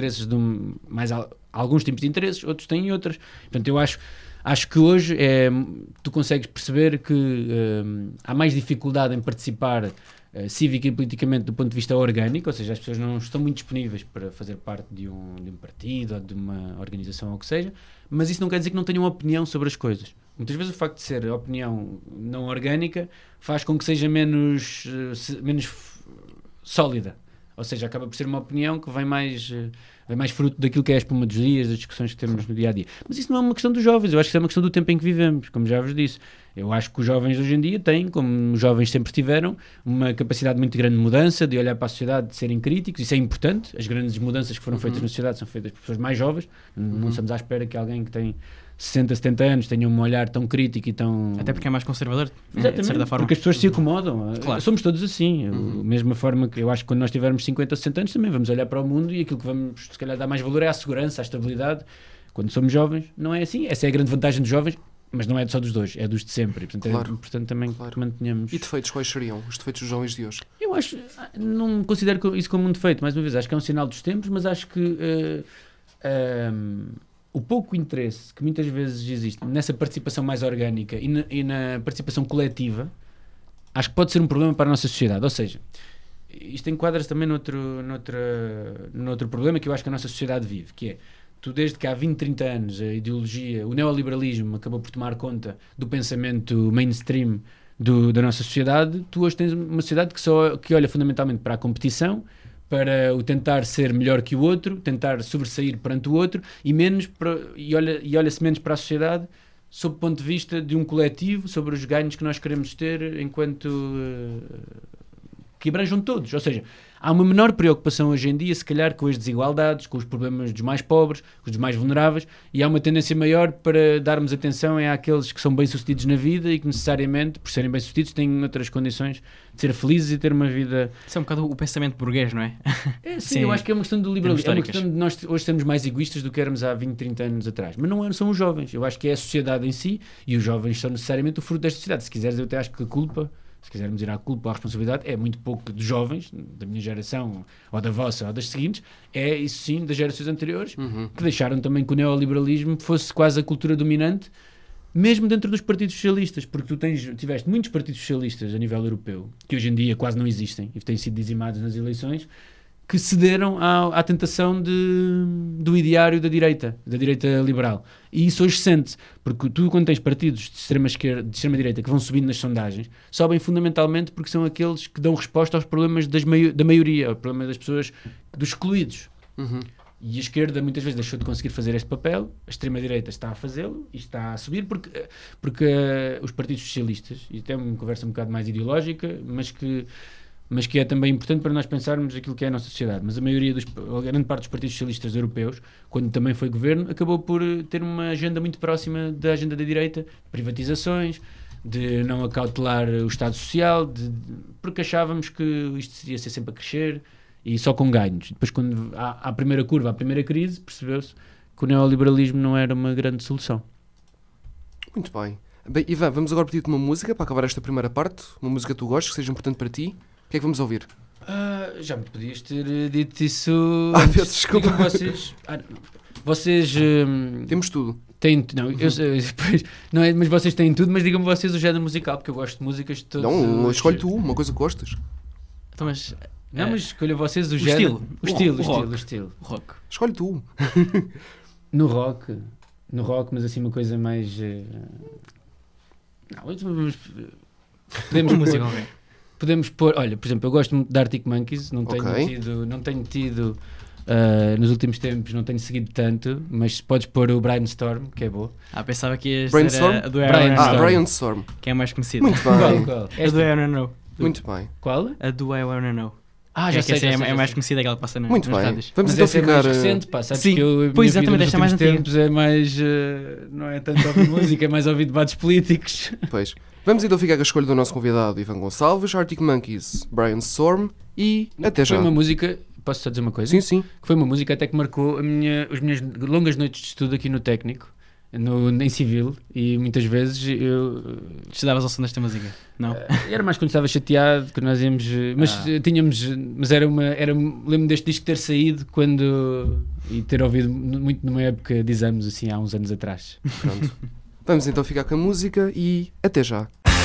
alguns tipos de interesses, outros têm outros. Portanto, eu acho que hoje tu consegues perceber que há mais dificuldade em participar cívica e politicamente do ponto de vista orgânico, ou seja, as pessoas não estão muito disponíveis para fazer parte de um partido ou de uma organização ou o que seja, mas isso não quer dizer que não tenham opinião sobre as coisas. Muitas vezes o facto de ser opinião não orgânica faz com que seja menos sólida, ou seja, acaba por ser uma opinião que vem mais fruto daquilo que é a espuma dos dias, das discussões que temos no dia-a-dia. Mas isso não é uma questão dos jovens, eu acho que é uma questão do tempo em que vivemos, como já vos disse. Eu acho que os jovens hoje em dia têm, como os jovens sempre tiveram, uma capacidade muito grande de mudança, de olhar para a sociedade, de serem críticos, isso é importante. As grandes mudanças que foram feitas na sociedade são feitas por pessoas mais jovens, não estamos à espera que alguém que tem 60, 70 anos tenha um olhar tão crítico e tão... Até porque é mais conservador, de certa forma. Porque as pessoas se acomodam. Claro. Somos todos assim. Da mesma forma que eu acho que quando nós tivermos 50 ou 60 anos também vamos olhar para o mundo e aquilo que vamos, se calhar, dar mais valor é à segurança, à estabilidade. Quando somos jovens, não é assim. Essa é a grande vantagem dos jovens, mas não é só dos dois, é dos de sempre. Portanto, é importante também que mantenhamos... E defeitos, quais seriam os defeitos dos jovens de hoje? Eu acho, não considero isso como um defeito, mais uma vez, acho que é um sinal dos tempos, mas acho que... o pouco interesse que muitas vezes existe nessa participação mais orgânica e na participação coletiva, acho que pode ser um problema para a nossa sociedade. Ou seja, isto enquadra-se também noutro problema que eu acho que a nossa sociedade vive, que é, tu desde que há 20, 30 anos a ideologia, o neoliberalismo acabou por tomar conta do pensamento mainstream da nossa sociedade, tu hoje tens uma sociedade que olha fundamentalmente para a competição, para o tentar ser melhor que o outro, tentar sobressair perante o outro e olha-se menos para a sociedade sob o ponto de vista de um coletivo, sobre os ganhos que nós queremos ter enquanto que abranjam todos. Ou seja, há uma menor preocupação hoje em dia, se calhar, com as desigualdades, com os problemas dos mais pobres, com os mais vulneráveis, e há uma tendência maior para darmos atenção àqueles que são bem-sucedidos na vida e que necessariamente, por serem bem-sucedidos, têm outras condições de ser felizes e ter uma vida... Isso é um bocado o pensamento burguês, não é? Sim, eu acho que é uma questão do liberalismo. É uma questão de nós hoje sermos mais egoístas do que éramos há 20, 30 anos atrás. Mas não são os jovens. Eu acho que é a sociedade em si, e os jovens são necessariamente o fruto desta sociedade. Se quiseres, eu até acho que a culpa... Se quisermos ir à culpa ou à responsabilidade, é muito pouco dos jovens, da minha geração, ou da vossa, ou das seguintes, é isso sim, das gerações anteriores, que deixaram também que o neoliberalismo fosse quase a cultura dominante, mesmo dentro dos partidos socialistas, porque tiveste muitos partidos socialistas a nível europeu, que hoje em dia quase não existem, e têm sido dizimados nas eleições, que cederam à tentação do ideário da direita liberal. E isso hoje sente-se, porque tu, quando tens partidos de extrema-esquerda, de extrema-direita, que vão subindo nas sondagens, sobem fundamentalmente porque são aqueles que dão resposta aos problemas da maioria, ao problema das pessoas, dos excluídos. E a esquerda muitas vezes deixou de conseguir fazer este papel, a extrema-direita está a fazê-lo e está a subir porque os partidos socialistas, e até uma conversa um bocado mais ideológica, mas que é também importante para nós pensarmos aquilo que é a nossa sociedade. Mas a grande parte dos partidos socialistas europeus, quando também foi governo, acabou por ter uma agenda muito próxima da agenda da direita, de privatizações, de não acautelar o Estado Social, porque achávamos que isto ia ser sempre a crescer e só com ganhos. Depois, quando há a primeira curva, a primeira crise, percebeu-se que o neoliberalismo não era uma grande solução. Muito bem. Bem, Ivan, vamos agora pedir-te uma música para acabar esta primeira parte, uma música que tu gostes, que seja importante para ti. O que é que vamos ouvir? Já me podias ter dito isso. Peço desculpa. Vocês. Temos tudo. Não é, mas vocês têm tudo, mas digam-me vocês o género musical, porque eu gosto de músicas de todos. Não, escolhe tu uma coisa que gostas. Então, mas escolha vocês o género. O estilo. O rock. Escolhe tu. No rock, mas assim uma coisa mais. Podemos música, ok. Podemos pôr, olha, por exemplo, eu gosto muito de Arctic Monkeys, não tenho tido Nos últimos tempos não tenho seguido tanto, mas se podes pôr o Brainstorm, que é boa. Pensava que ias Brainstorm? dizer a do Brainstorm. que é a mais conhecida. Muito bem. Qual? A do I Wanna Know. Muito bem. Qual? A do I Wanna Know. Já sei, essa já é sei. mais conhecida, aquela que passa nas Muito bem. rádios. Vamos Mas então essa é ficar. mais recente, pá, sabes Sim, que eu, pois, a minha vida exatamente, nos esta é mais últimos antiga. tempos é mais, não é tanto ouvir música, é mais ouvir debates políticos. Pois. Vamos então ficar com a escolha do nosso convidado Ivan Gonçalves, Arctic Monkeys, Brainstorm e até já. Foi uma música, posso só dizer uma coisa? Sim, sim. Que foi uma música até que marcou as minhas longas noites de estudo aqui no técnico, em civil, e muitas vezes eu... Estudavas ao som desta música? Não? Era mais quando estava chateado, que nós íamos... Mas lembro-me deste disco ter saído e ter ouvido muito numa época de exames, assim, há uns anos atrás. Pronto. Vamos então ficar com a música e até já.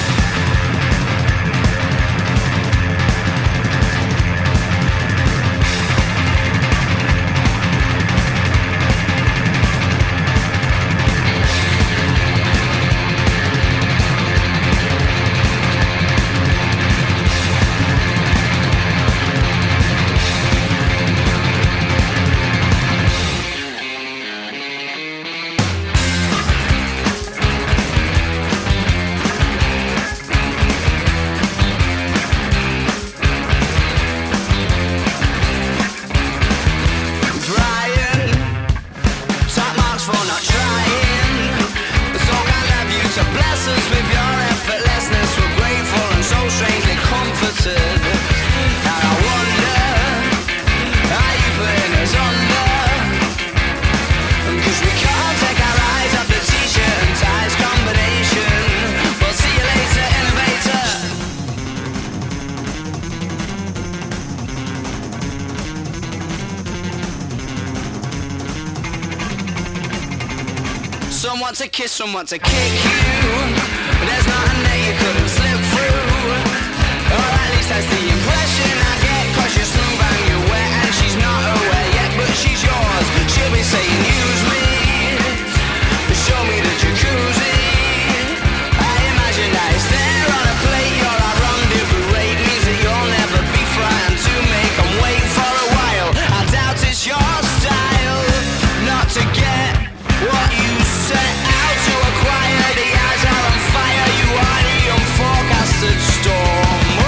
Someone to kiss, someone to kick you. There's nothing that you couldn't slip through. Or at least that's the impression I get. Cause you're smooth and you're wet and she's not aware yet. But she's yours, she'll be saying use me. Show me the jacuzzi. I imagine that it's there on a plate. You're our rendezvous rate. Means that you'll never be frightened to make them wait for a while. I doubt it's your style not to get what you set out to acquire. The eyes are on fire. You are the unforecasted storm.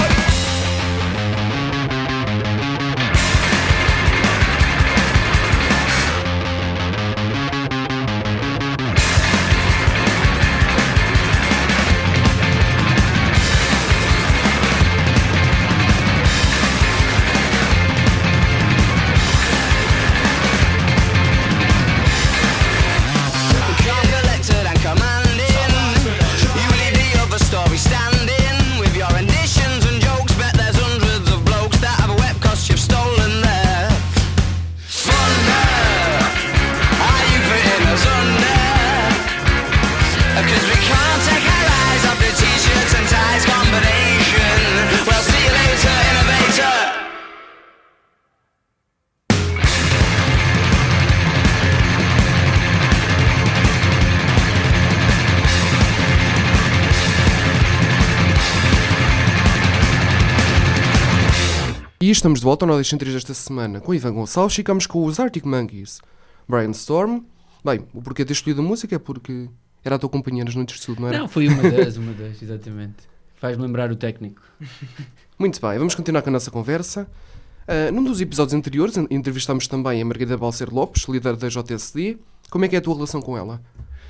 Collected and commanding. You leave the other story standing with your renditions and jokes. Bet there's hundreds of blokes that have a web cost you've stolen there. Thunder, are you putting us under? 'Cause we can't take our eyes off the t-shirts and ties combination. Well, see you later, innovator. E estamos de volta ao Nordeste 3 desta semana com Ivan Gonçalves. Ficamos com os Arctic Monkeys, Brainstorm. Bem, o porquê de ter escolhido a música é porque era a tua companhia nas noites de estudo, não era? Não, foi uma das, exatamente. Faz-me lembrar o técnico. Muito bem, vamos continuar com a nossa conversa. Num dos episódios anteriores entrevistámos também a Margarida Balcer Lopes, líder da JSD. Como é que é a tua relação com ela?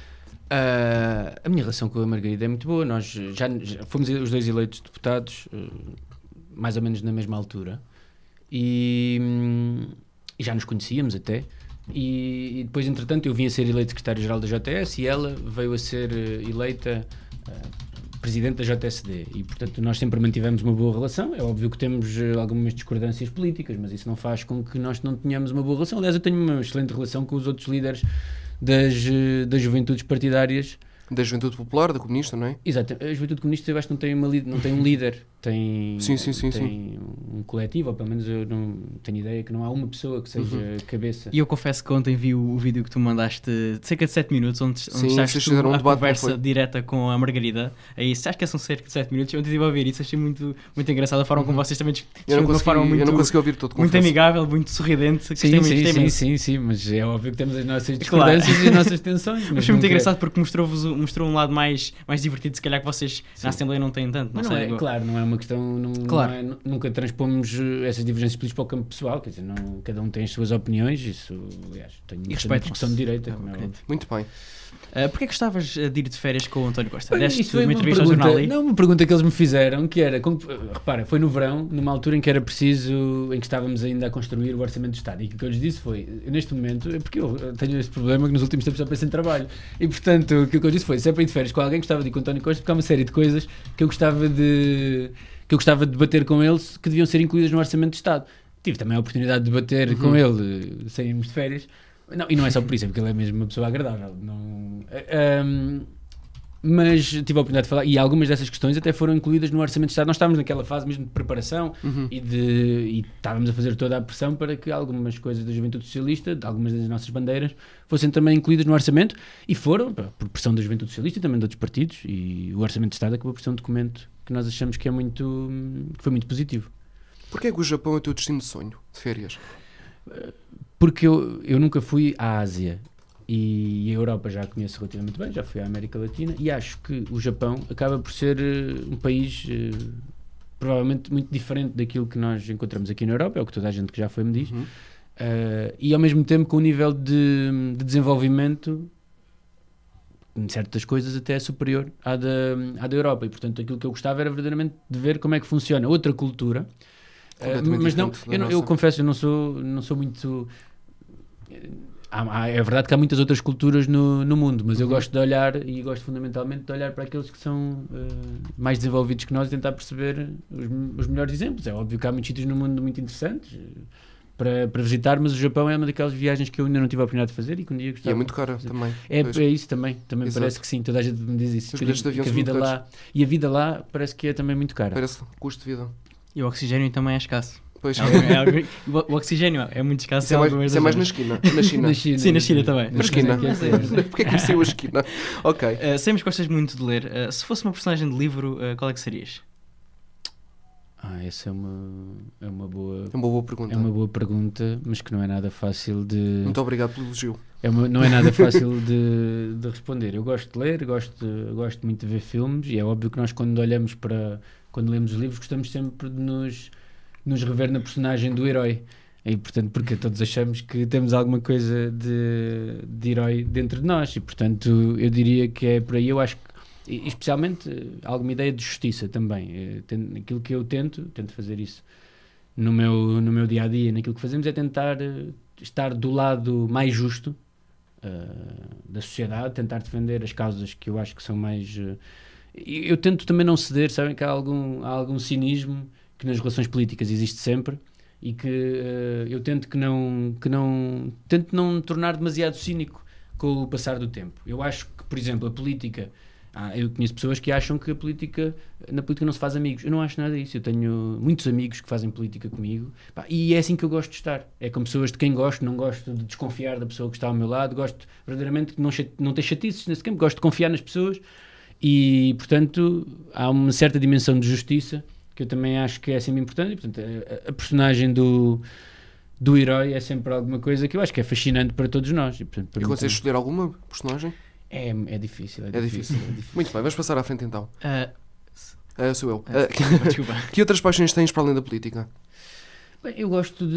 A minha relação com a Margarida é muito boa. Nós já fomos os dois eleitos deputados, mais ou menos na mesma altura, e já nos conhecíamos até. E depois, entretanto, eu vim a ser eleito secretário-geral da JS e ela veio a ser eleita presidente da JSD. E, portanto, nós sempre mantivemos uma boa relação. É óbvio que temos algumas discordâncias políticas, mas isso não faz com que nós não tenhamos uma boa relação. Aliás, eu tenho uma excelente relação com os outros líderes das juventudes partidárias. Da Juventude Popular, da Comunista, não é? Exato. A Juventude Comunista, eu acho que não tem um líder. tem Sim. um coletivo, ou pelo menos eu não tenho ideia que não há uma pessoa que seja cabeça. E eu confesso que ontem vi o vídeo que tu mandaste de cerca de 7 minutos, onde Sim, estás vocês tu fizeram um a debate, conversa não foi? direta com a Margarida. Aí, acho que são cerca de 7 minutos. Eu ontem estive a ouvir isso, achei muito engraçado a forma como vocês também Eu não de uma forma consegui, muito, eu não consegui ouvir todo, muito confesso. amigável, muito sorridente. Gostei muito. Sim, mas é óbvio que temos as nossas discordâncias e as nossas tensões. Mas foi muito engraçado porque mostrou um lado mais divertido, se calhar que vocês na Assembleia não têm tanto. Mas não é, claro, não é uma questão. Nunca transpomos essas divergências políticas para o campo pessoal, quer dizer, cada um tem as suas opiniões, isso, aliás, tenho uma discussão de direita, como é óbvio. Muito bem. Porquê é que gostavas de ir de férias com o António Costa? Bem, Deste isso foi uma entrevista ao jornal aí? uma pergunta que eles me fizeram, que era, repara, foi no verão, numa altura em que era preciso, em que estávamos ainda a construir o Orçamento do Estado, e o que eu lhes disse foi, neste momento, porque eu tenho este problema que nos últimos tempos só penso em trabalho, e portanto, o que eu lhes disse foi, se é para ir de férias com alguém, gostava de ir com o António Costa, porque há uma série de coisas que eu gostava de debater com ele, que deviam ser incluídas no Orçamento do Estado. Tive também a oportunidade de debater com ele, sem irmos de férias. Não, e não é só por isso, é porque ele é mesmo uma pessoa agradável. Mas tive a oportunidade de falar, e algumas dessas questões até foram incluídas no Orçamento de Estado. Nós estávamos naquela fase mesmo de preparação e estávamos a fazer toda a pressão para que algumas coisas da Juventude Socialista, algumas das nossas bandeiras, fossem também incluídas no Orçamento, e foram, por pressão da Juventude Socialista e também de outros partidos, e o Orçamento de Estado acabou por ser um documento que nós achamos que foi muito positivo. Porquê que o Japão é o teu destino de sonho, de férias? Porque eu nunca fui à Ásia e a Europa já a conheço relativamente bem, já fui à América Latina, e acho que o Japão acaba por ser um país provavelmente muito diferente daquilo que nós encontramos aqui na Europa, é o que toda a gente que já foi me diz, e ao mesmo tempo com um nível de desenvolvimento em certas coisas até superior à da Europa, e portanto aquilo que eu gostava era verdadeiramente de ver como é que funciona outra cultura. Mas não, eu confesso, eu não sou muito. É verdade que há muitas outras culturas no mundo, mas eu gosto de olhar, e gosto fundamentalmente de olhar para aqueles que são mais desenvolvidos que nós e tentar perceber os melhores exemplos. É óbvio que há muitos sítios no mundo muito interessantes para visitar, mas o Japão é uma daquelas viagens que eu ainda não tive a oportunidade de fazer e que um dia gostava. E é muito cara também. É isso também parece que sim, toda a gente me diz isso. Que a vida lá, e a vida lá parece que é também muito cara. Parece custo de vida. E o oxigênio também é escasso. Pois. O oxigênio é muito escasso. Isso é mais na esquina. Na China. Sim, na China também. Na esquina. Porquê que me saiu a esquina? Ok. Sabemos que gostas muito de ler. Se fosse uma personagem de livro, qual é que serias? Essa é uma boa pergunta. É uma boa pergunta, mas que não é nada fácil de... Muito obrigado pelo elogio. Não é nada fácil de responder. Eu gosto de ler, gosto muito de ver filmes, e é óbvio que nós quando lemos os livros gostamos sempre de nos rever na personagem do herói. E, portanto, porque todos achamos que temos alguma coisa de herói dentro de nós, e portanto eu diria que é por aí. Eu acho que, especialmente, alguma ideia de justiça também. Aquilo que eu tento fazer isso no meu dia-a-dia, naquilo que fazemos, é tentar estar do lado mais justo da sociedade, tentar defender as causas que eu acho que são mais... eu tento também não ceder, sabem que há algum cinismo que nas relações políticas existe sempre, e que eu tento tento não me tornar demasiado cínico com o passar do tempo. Eu acho que, por exemplo, a política... eu conheço pessoas que acham que na política não se faz amigos. Eu não acho nada disso. Eu tenho muitos amigos que fazem política comigo, e é assim que eu gosto de estar. É com pessoas de quem gosto, não gosto de desconfiar da pessoa que está ao meu lado, gosto verdadeiramente de não ter chatices nesse campo, gosto de confiar nas pessoas, e portanto há uma certa dimensão de justiça que eu também acho que é sempre importante, e portanto a personagem do herói é sempre alguma coisa que eu acho que é fascinante para todos nós. E consegues escolher alguma personagem? É difícil. Muito bem, vamos passar à frente então. Sou eu. Desculpa. Que outras paixões tens para além da política? Bem, eu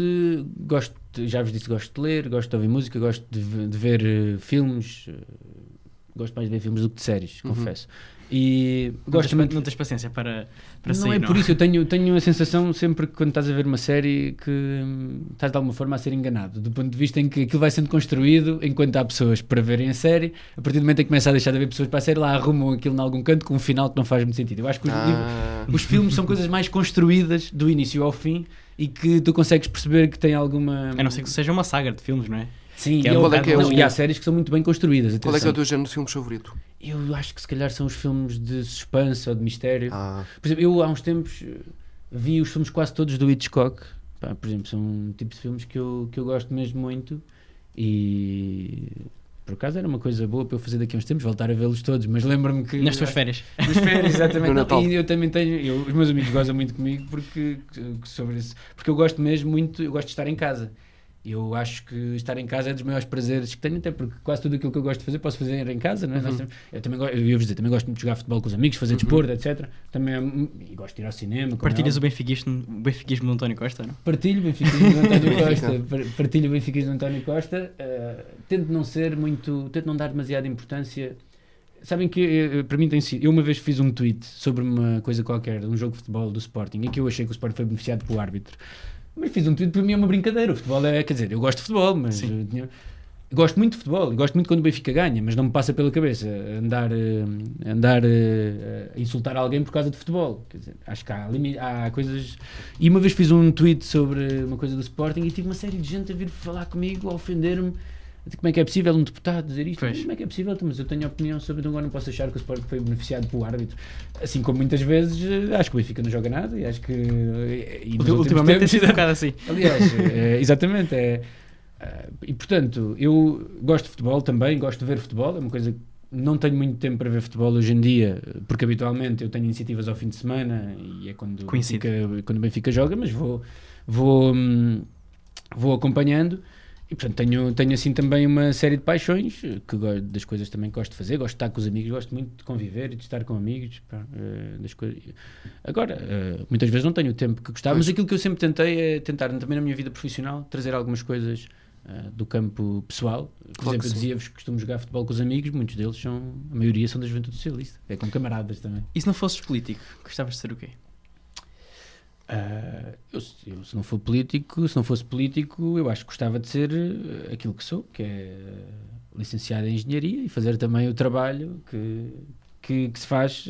já vos disse, gosto de ler, gosto de ouvir música, gosto de ver filmes, gosto mais de ver filmes do que de séries, confesso. E não tens paciência para sair, não é por isso, eu tenho a sensação sempre que quando estás a ver uma série que estás de alguma forma a ser enganado, do ponto de vista em que aquilo vai sendo construído enquanto há pessoas para verem a série. A partir do momento em que começa a deixar de haver pessoas para a série, lá arrumam aquilo em algum canto com um final que não faz muito sentido. Eu acho que os filmes são coisas mais construídas do início ao fim, e que tu consegues perceber que tem alguma... A não ser que seja uma saga de filmes, não é? Sim, Que é e, um eu- bocado- é não, o- e há séries que são muito bem construídas. Qual é que é o atenção. teu género de filmes favorito? Eu acho que se calhar são os filmes de suspense ou de mistério. Ah, Por exemplo, eu há uns tempos vi os filmes quase todos do Hitchcock. Pá, por exemplo, são um tipo de filmes que eu gosto mesmo muito e por acaso era uma coisa boa para eu fazer daqui a uns tempos, voltar a vê-los todos, mas lembro-me que... Nas tuas férias. Nas férias, exatamente. No Não, Natal. e eu também tenho, os meus amigos gozam muito comigo sobre isso, porque eu gosto mesmo muito, eu gosto de estar em casa. Eu acho que estar em casa é dos maiores prazeres que tenho, até porque quase tudo aquilo que eu gosto de fazer posso fazer em casa, não é? Eu também eu ia dizer, também gosto muito de jogar futebol com os amigos, fazer desporto, etc. Também e gosto de ir ao cinema. como é Partilhas óbvio. o benfiquismo do António Costa, não? Partilho o benfiquismo do António Costa. Partilho o benfiquismo do António Costa. Tento não ser muito, tento não dar demasiada importância. Sabem que para mim tem sido. Eu uma vez fiz um tweet sobre uma coisa qualquer, um jogo de futebol do Sporting, em que eu achei que o Sporting foi beneficiado pelo árbitro. Mas fiz um tweet, para mim é uma brincadeira. O futebol é, quer dizer, eu gosto de futebol, mas eu gosto muito de futebol, e gosto muito quando o Benfica ganha, mas não me passa pela cabeça andar a insultar alguém por causa de futebol. Quer dizer, acho que há coisas. E uma vez fiz um tweet sobre uma coisa do Sporting e tive uma série de gente a vir falar comigo, a ofender-me. Como é que é possível um deputado dizer isto? Pois. Como é que é possível? Mas eu tenho opinião sobre, agora não posso achar que o Sporting foi beneficiado pelo árbitro. Assim como muitas vezes acho que o Benfica não joga nada e acho que e nos últimos Ultimamente tem tempos- sido um bocado assim. Aliás, exatamente. E portanto, eu gosto de futebol também, gosto de ver futebol, é uma coisa que não tenho muito tempo para ver futebol hoje em dia, porque habitualmente eu tenho iniciativas ao fim de semana e é quando o Benfica joga, mas vou acompanhando. E portanto tenho assim também uma série de paixões das coisas também que gosto de fazer, gosto de estar com os amigos, gosto muito de conviver e de estar com amigos, das coisas. Agora, muitas vezes não tenho o tempo que gostava, mas aquilo que eu sempre tentei é tentar também na minha vida profissional trazer algumas coisas do campo pessoal. Por Claro exemplo, que eu sim. dizia-vos que costumo jogar futebol com os amigos, muitos deles a maioria são da Juventude Socialista, é com camaradas também. E se não fosses político, gostavas de ser o quê? Eu, se não fosse político, eu acho que gostava de ser aquilo que sou, que é licenciado em Engenharia e fazer também o trabalho que se faz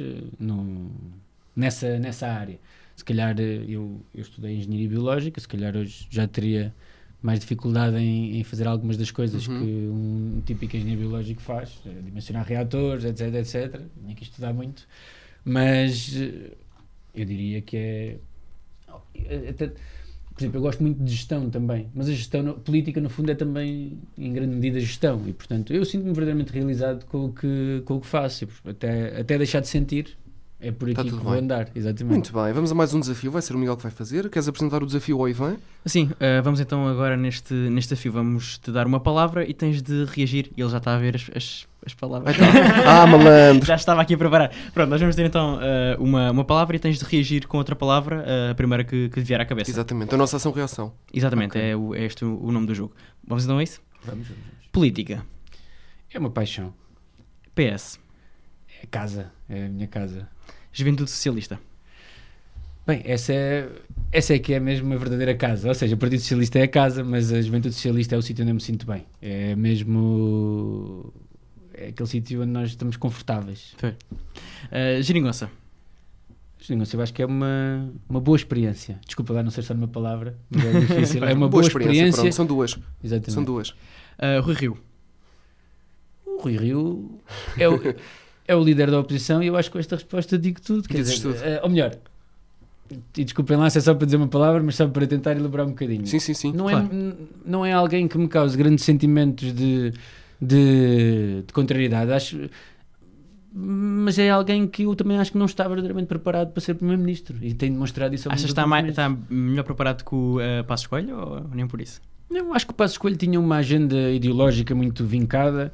nessa área. Se calhar eu estudei Engenharia Biológica, se calhar hoje já teria mais dificuldade em fazer algumas das coisas que um típico engenheiro biológico faz, dimensionar reatores, etc, etc. Tinha que estudar muito, mas eu diria que é... Até, por exemplo, eu gosto muito de gestão também, mas a gestão política no fundo é também em grande medida gestão e portanto eu sinto-me verdadeiramente realizado com o que faço, até deixar de sentir, é por Tá aqui que tudo vou bem. andar, exatamente. muito bem. Vamos a mais um desafio. Vai ser o Miguel que vai fazer. Queres apresentar o desafio ao Ivan? Sim, vamos então agora neste desafio, vamos-te dar uma palavra e tens de reagir. E ele já está a ver as palavras. Ah, malandro. Já estava aqui a preparar. Pronto, nós vamos ter então uma palavra e tens de reagir com outra palavra, a primeira que vier à cabeça. Exatamente. A nossa ação-reação. Exatamente, Ok. é este o nome do jogo. Vamos então a isso? Vamos. Política. É uma paixão, PS. é casa, é a minha casa. Juventude Socialista. Bem, essa é que é mesmo a verdadeira casa, ou seja, o Partido Socialista é a casa, mas a Juventude Socialista é o sítio onde eu me sinto bem, é mesmo... É aquele sítio onde nós estamos confortáveis. Geringonça. Eu acho que é uma boa experiência. Desculpa lá, não sei se é uma palavra, mas é difícil. É uma boa experiência. Pronto, são duas. Exatamente. São duas. Rui Rio. O Rui Rio é o líder da oposição e eu acho que com esta resposta digo tudo. Quer Dizes dizer, tudo. ou melhor, e desculpem lá se é só para dizer uma palavra, mas só para tentar elaborar um bocadinho. Sim, sim, sim. Não é alguém que me cause grandes sentimentos de contrariedade, acho, mas é alguém que eu também acho que não está verdadeiramente preparado para ser Primeiro-Ministro e tem demonstrado isso ao longo Achas que dos últimos está meses. melhor preparado que o Passos Coelho ou nem por isso? Não, acho que o Passos Coelho tinha uma agenda ideológica muito vincada.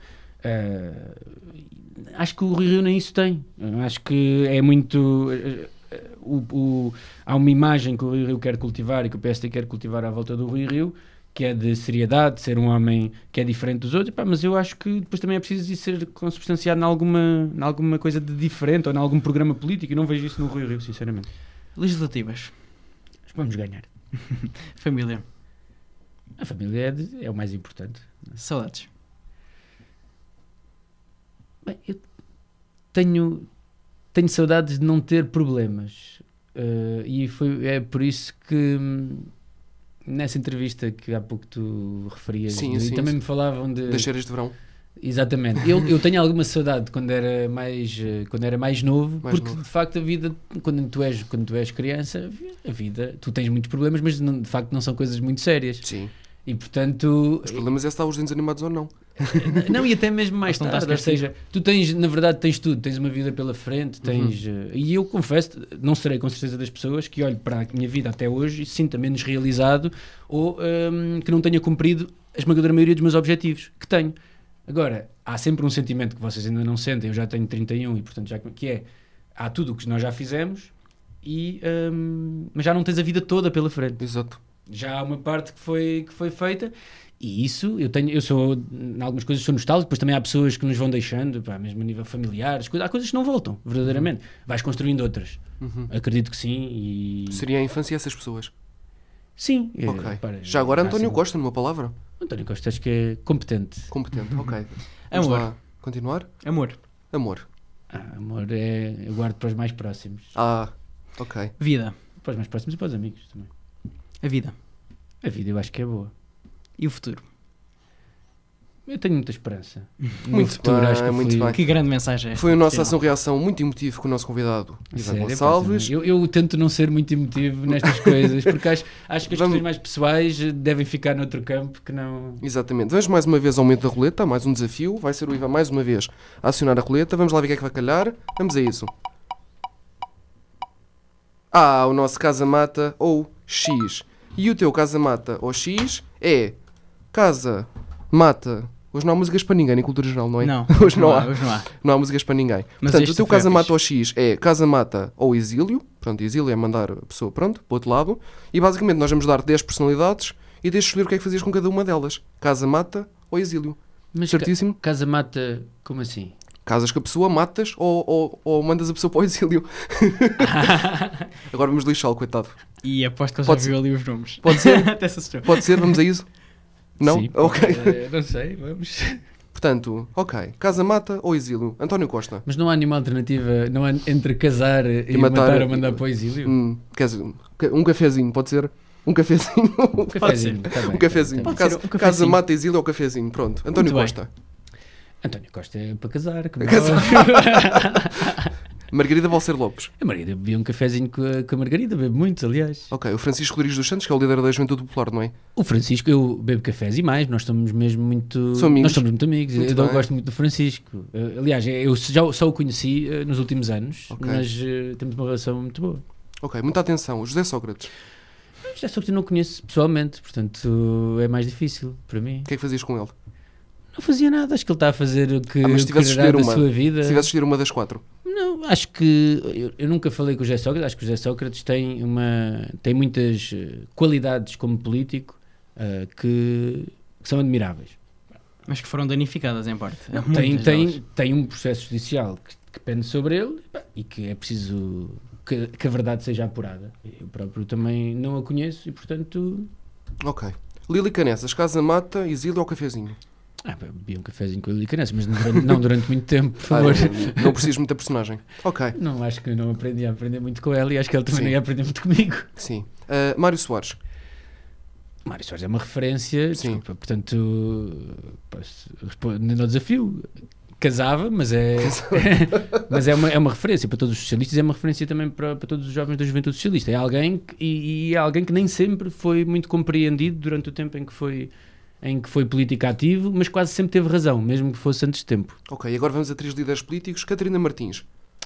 Acho que o Rui Rio nem isso tem. Acho que é muito... há uma imagem que o Rui Rio quer cultivar e que o PSD quer cultivar à volta do Rui Rio, que é de seriedade, de ser um homem que é diferente dos outros, mas eu acho que depois também é preciso ser consubstanciado em alguma coisa de diferente ou em algum programa político, e não vejo isso no Rui Rio, sinceramente. Legislativas. Acho que vamos ganhar. Família. A família é o mais importante. Saudades. Bem, eu tenho saudades de não ter problemas, e é por isso que nessa entrevista que há pouco tu referias, Sim, e sim, também sim. me falavam de... Das séries de verão. Exatamente. Eu tenho alguma saudade quando era mais novo, Mais porque novo. de facto a vida, quando tu és criança, a vida, tu tens muitos problemas, mas de facto não são coisas muito sérias. Sim. E portanto, Os problemas é se está os desenhos animados ou não. não, e até mesmo mais Mas não estás tarde, ou castigo. seja, tu tens, na verdade, tens tudo, tens uma vida pela frente, tens, e eu confesso, não serei com certeza das pessoas que olho para a minha vida até hoje e se sinta menos realizado ou que não tenha cumprido a esmagadora maioria dos meus objetivos, que tenho. Agora, há sempre um sentimento que vocês ainda não sentem, eu já tenho 31 e portanto que é, há tudo o que nós já fizemos, mas já não tens a vida toda pela frente. Exato. Já há uma parte que foi feita e isso, eu sou, em algumas coisas sou nostálgico, depois também há pessoas que nos vão deixando, pá, mesmo a nível familiar, há coisas que não voltam, verdadeiramente. Vais construindo outras. Acredito que sim. E... Seria a infância essas pessoas. Sim. Ok. Repara, Já agora há António sempre- Costa, numa palavra. António Costa acho que é competente. Competente, ok. Vamos Amor. lá continuar? Amor. Amor. Amor eu guardo para os mais próximos. Ah, ok. Vida. Para os mais próximos e para os amigos também. A vida. A vida eu acho que é boa. E o futuro. Eu tenho muita esperança. No Muito futuro, bem, acho que muito fui- bem. Que grande mensagem é esta, Foi a nossa Cristina. ação-reação muito emotivo com o nosso convidado, Ivan Sério, pá, Gonçalves. eu tento não ser muito emotivo nestas coisas, porque acho que as Vamos- questões mais pessoais devem ficar noutro campo que não... Exatamente. Vamos mais uma vez ao momento da roleta, mais um desafio. Vai ser o Ivan mais uma vez a acionar a roleta. Vamos lá ver o que é que vai calhar. Vamos a isso. O nosso casa-mata ou X. E o teu casa-mata ou X é casa-mata. Hoje não há músicas para ninguém em cultura geral, não é? Não, Hoje não há. Hoje não há. Não há músicas para ninguém. Mas Portanto, este o teu foi casa-mata fixe. ou X é casa-mata ou exílio. Pronto, exílio é mandar a pessoa, pronto, para o outro lado. E basicamente nós vamos dar 10 personalidades e deixa escolher o que é que fazias com cada uma delas. Casa-mata ou exílio. Mas Certíssimo? casa mata, como assim? Casas com a pessoa, matas ou mandas a pessoa para o exílio. Agora vamos lixá-lo, coitado. E aposto que ele Pode já viu ali os nomes. Pode ser? Até se assustou. Pode ser? Vamos a isso? Não? Sim, Ok. não sei, vamos. Portanto, ok. Casa-mata ou exílio? António Costa. Mas não há nenhuma alternativa, não há entre casar e matar ou mandar para o exílio? Quer dizer, um cafezinho, pode ser? Um cafezinho. Um cafezinho, tá bem. Um cafezinho. Tá bem. Pode ser um cafezinho. Casa-mata, exílio ou cafezinho. Pronto. António Muito bem. Costa. António Costa é para casar. Como Casar. é óbvio. Margarida Balcer Lopes. A Margarida bebia um cafezinho com a Margarida, bebo muitos, aliás. Ok. O Francisco Rodrigues dos Santos, que é o líder da Juventude Popular, não é? O Francisco, eu bebo cafés e mais, nós somos mesmo muito... São amigos. Nós somos muito amigos, Muito eu bem. gosto muito do Francisco. Aliás, eu já só o conheci nos últimos anos, Ok. mas temos uma relação muito boa. Ok. Muita atenção. José Sócrates. Já só que eu não conheço pessoalmente, portanto é mais difícil para mim. O que é que fazias com ele? Não fazia nada, acho que ele está a fazer o que Mas se tivesse quererá escolher da uma, sua vida. se tivesse escolher uma das 4. Não, acho que eu nunca falei com o José Sócrates, acho que o José Sócrates tem muitas qualidades como político que são admiráveis. Mas que foram danificadas em parte. Tem um processo judicial que pende sobre ele e que é preciso que a verdade seja apurada. Eu próprio também não a conheço e, portanto... Ok. Lili Canessas, casa-mata, exílio ou cafezinho? Bebi um cafezinho com a Lili Canessas, mas não durante muito tempo, por favor. Não preciso muita personagem. Ok. Não, acho que não aprendi a aprender muito com ela e acho que ela também Sim. não ia aprender muito comigo. Sim. Mário Soares. Mário Soares é uma referência, Sim. desculpa, portanto, posso responder ao desafio. Casava, mas mas é uma referência para todos os socialistas, é uma referência também para todos os jovens da juventude socialista. É alguém e é alguém que nem sempre foi muito compreendido durante o tempo em que foi político ativo, mas quase sempre teve razão, mesmo que fosse antes de tempo. Ok, agora vamos a 3 líderes políticos. Catarina Martins.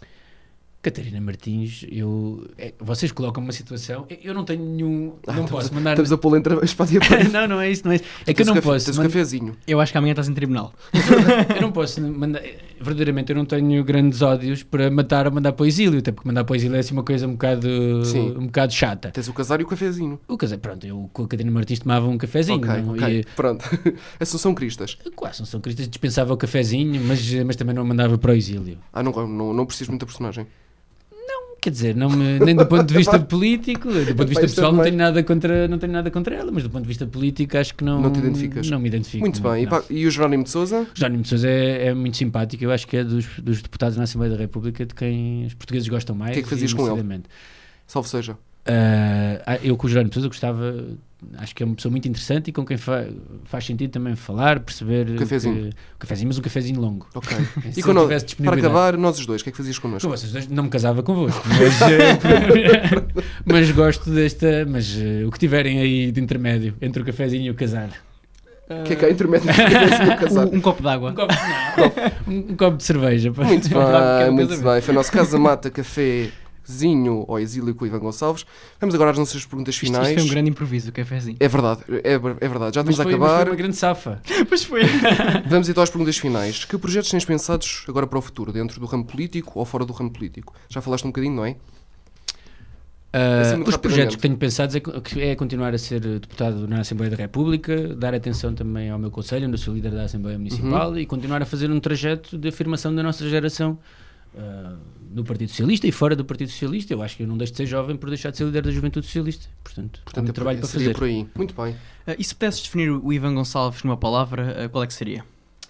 Catarina Martins, vocês colocam uma situação, eu não tenho nenhum, não posso mandar... Estamos a pô-la entre a espada e a parede. não é isso, é que eu não posso... Tens o cafezinho. Eu acho que amanhã estás em tribunal. Eu não posso mandar, verdadeiramente eu não tenho grandes ódios para matar ou mandar para o exílio, até porque mandar para o exílio é assim uma coisa um bocado chata. Tens o casar e o cafezinho. Pronto, eu com a Catarina Martins tomava um cafezinho. Ok. Pronto. Assunção Cristas. Quase São Cristas dispensava o cafezinho, mas também não mandava para o exílio. Não preciso muita personagem. Quer dizer, nem do ponto de vista político, do ponto de vista pessoal não tenho nada contra ela, mas do ponto de vista político acho que não te identificas. Não me identifico. Muito bem. Não. E o Jerónimo de Sousa? Jerónimo de Sousa é muito simpático, eu acho que é dos deputados na Assembleia da República de quem os portugueses gostam mais. O que é que fazias com ele? Salve seja. Eu com o Jerónimo de Sousa gostava acho que é uma pessoa muito interessante e com quem faz sentido também falar, perceber... Cafezinho. Cafezinho, mas um cafezinho longo. Ok. Se E eu quando, tivesse para disponibilidade. acabar, nós os dois, o que é que fazias connosco? Com vocês dois não me casava convosco, mas gosto desta... Mas o que tiverem aí de intermédio entre o cafezinho e o casar. O que é que há intermédio de cafezinho e o casar? Um copo d'água. Um copo de cerveja. pá. Muito Para bem, o muito casamento. bem. Foi o nosso Casa Mata Cafézinho ao exílio com o Ivan Gonçalves. Vamos agora às nossas perguntas Isto finais. foi um grande improviso, o cafezinho. É verdade, é verdade. Já Mas estamos a foi acabar. uma grande safa. Pois foi. Vamos então às perguntas finais. Que projetos tens pensados agora para o futuro, dentro do ramo político ou fora do ramo político? Já falaste um bocadinho, não é? Assim, muito Os projetos rapidamente. que tenho pensados é continuar a ser deputado na Assembleia da República, dar atenção também ao meu conselho, onde eu sou líder da Assembleia Municipal, e continuar a fazer um trajeto de afirmação da nossa geração no Partido Socialista e fora do Partido Socialista. Eu acho que eu não deixo de ser jovem por deixar de ser líder da Juventude Socialista. Portanto há muito trabalho para seria fazer. por aí. Muito bem. E se pudesses definir o Ivan Gonçalves numa palavra, qual é que seria?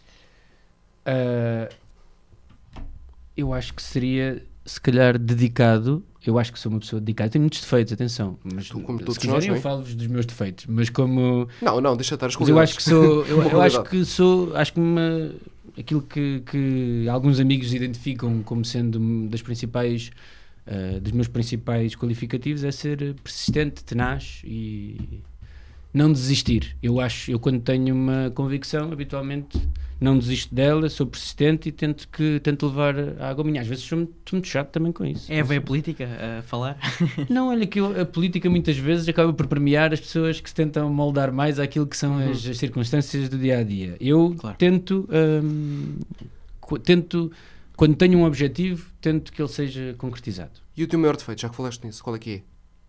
Eu acho que seria, se calhar, dedicado. Eu acho que sou uma pessoa dedicada. Tenho muitos defeitos, atenção. Mas Tu, como se todos quiserem, nós, não é? eu falo-vos dos meus defeitos. Mas como... Não, deixa estar as Mas eu acho que sou... Eu Uma acho qualidade. que sou... Acho que aquilo que alguns amigos identificam como sendo das principais... dos meus principais qualificativos é ser persistente, tenaz e não desistir. Eu quando tenho uma convicção, habitualmente não desisto dela, sou persistente e tento levar a água minha. Às vezes sou muito chato também com isso. É a veia política a falar? Não, olha que a política muitas vezes acaba por premiar as pessoas que se tentam moldar mais àquilo que são as circunstâncias do dia-a-dia. Eu Claro. tento, quando tenho um objetivo, tento que ele seja concretizado. E o teu maior defeito, já que falaste nisso, qual é que é?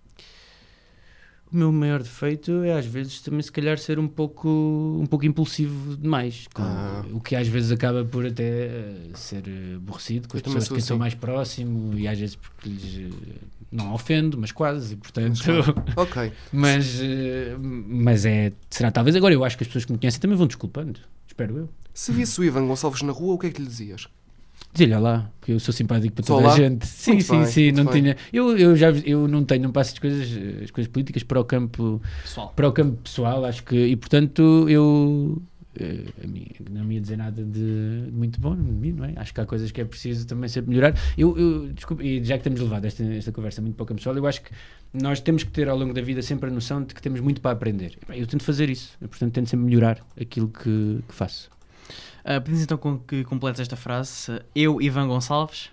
O meu maior defeito é às vezes também se calhar ser um pouco impulsivo demais, o que às vezes acaba por até ser aborrecido com Eu as também pessoas sou que sou assim. mais próximo e às vezes porque lhes não ofendo, mas quase, e portanto... Ok. mas será talvez agora, eu acho que as pessoas que me conhecem também vão desculpando, espero eu. Se visse o Ivan Gonçalves na rua, o que é que lhe dizias? Diz-lhe lá, que eu sou simpático para Só toda lá? a gente. Sim, Muito bem, sim, muito não bem. tinha. Eu não passo as coisas políticas para o campo pessoal, acho que, e portanto eu não me ia dizer nada de muito bom de mim, não é? Acho que há coisas que é preciso também sempre melhorar. Desculpa, e já que temos levado esta conversa muito para o campo pessoal, eu acho que nós temos que ter ao longo da vida sempre a noção de que temos muito para aprender. Eu tento fazer isso, portanto tento sempre melhorar aquilo que faço. Pedimos então que completes esta frase. Eu, Ivan Gonçalves.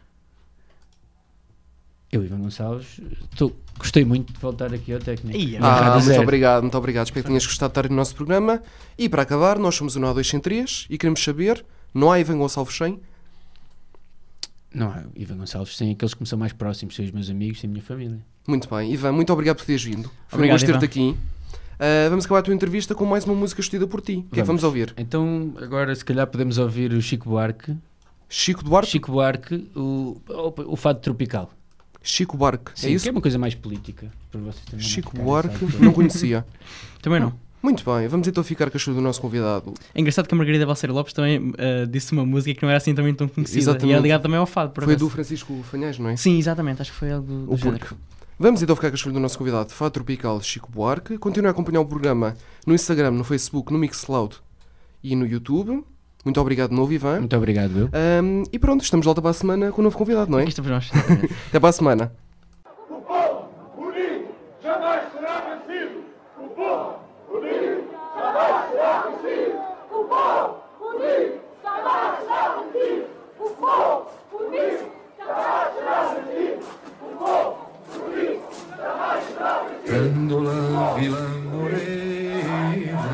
Eu, Ivan Gonçalves, gostei muito de voltar aqui ao técnico. Muito obrigado. Espero que tenhas gostado de estar no nosso programa. E para acabar, nós somos o Não Há 2 Sem 3 e queremos saber, não há Ivan Gonçalves sem? Não há Ivan Gonçalves sem aqueles que me são mais próximos, sem os meus amigos, sem a minha família. Muito bem. Ivan, muito obrigado por teres vindo. Foi um Obrigado, gosto ter-te Ivan. aqui. Vamos acabar a tua entrevista com mais uma música escolhida por ti. O que é que vamos ouvir? Então, agora se calhar podemos ouvir o Chico Buarque. Chico Buarque? Chico Buarque, o Fado Tropical. Chico Buarque, Sim, é isso? que é uma coisa mais política. Para vocês também Chico não Buarque, ficarem, não conhecia. Também não. Muito bem, vamos então ficar com a ajuda do nosso convidado. É engraçado que a Margarida Balseiro Lopes também disse uma música que não era assim também tão conhecida. Exatamente. E é ligado também ao fado. Por Foi a acaso. do Francisco Fanhais, não é? Sim, exatamente. Acho que foi algo do O género. Porco. Vamos então ficar com a escolha do nosso convidado, Fado Tropical Chico Buarque. Continue a acompanhar o programa no Instagram, no Facebook, no Mixcloud e no YouTube. Muito obrigado de novo, Ivan. Muito obrigado, eu. E pronto, estamos de volta para a semana com um novo convidado, não é? Aqui estamos nós. Até para a semana. O povo unido jamais será vencido. O povo unido jamais será vencido. O povo unido jamais será vencido. O povo unido jamais será vencido. O povo unido jamais será vencido. Grândola Vila Morena,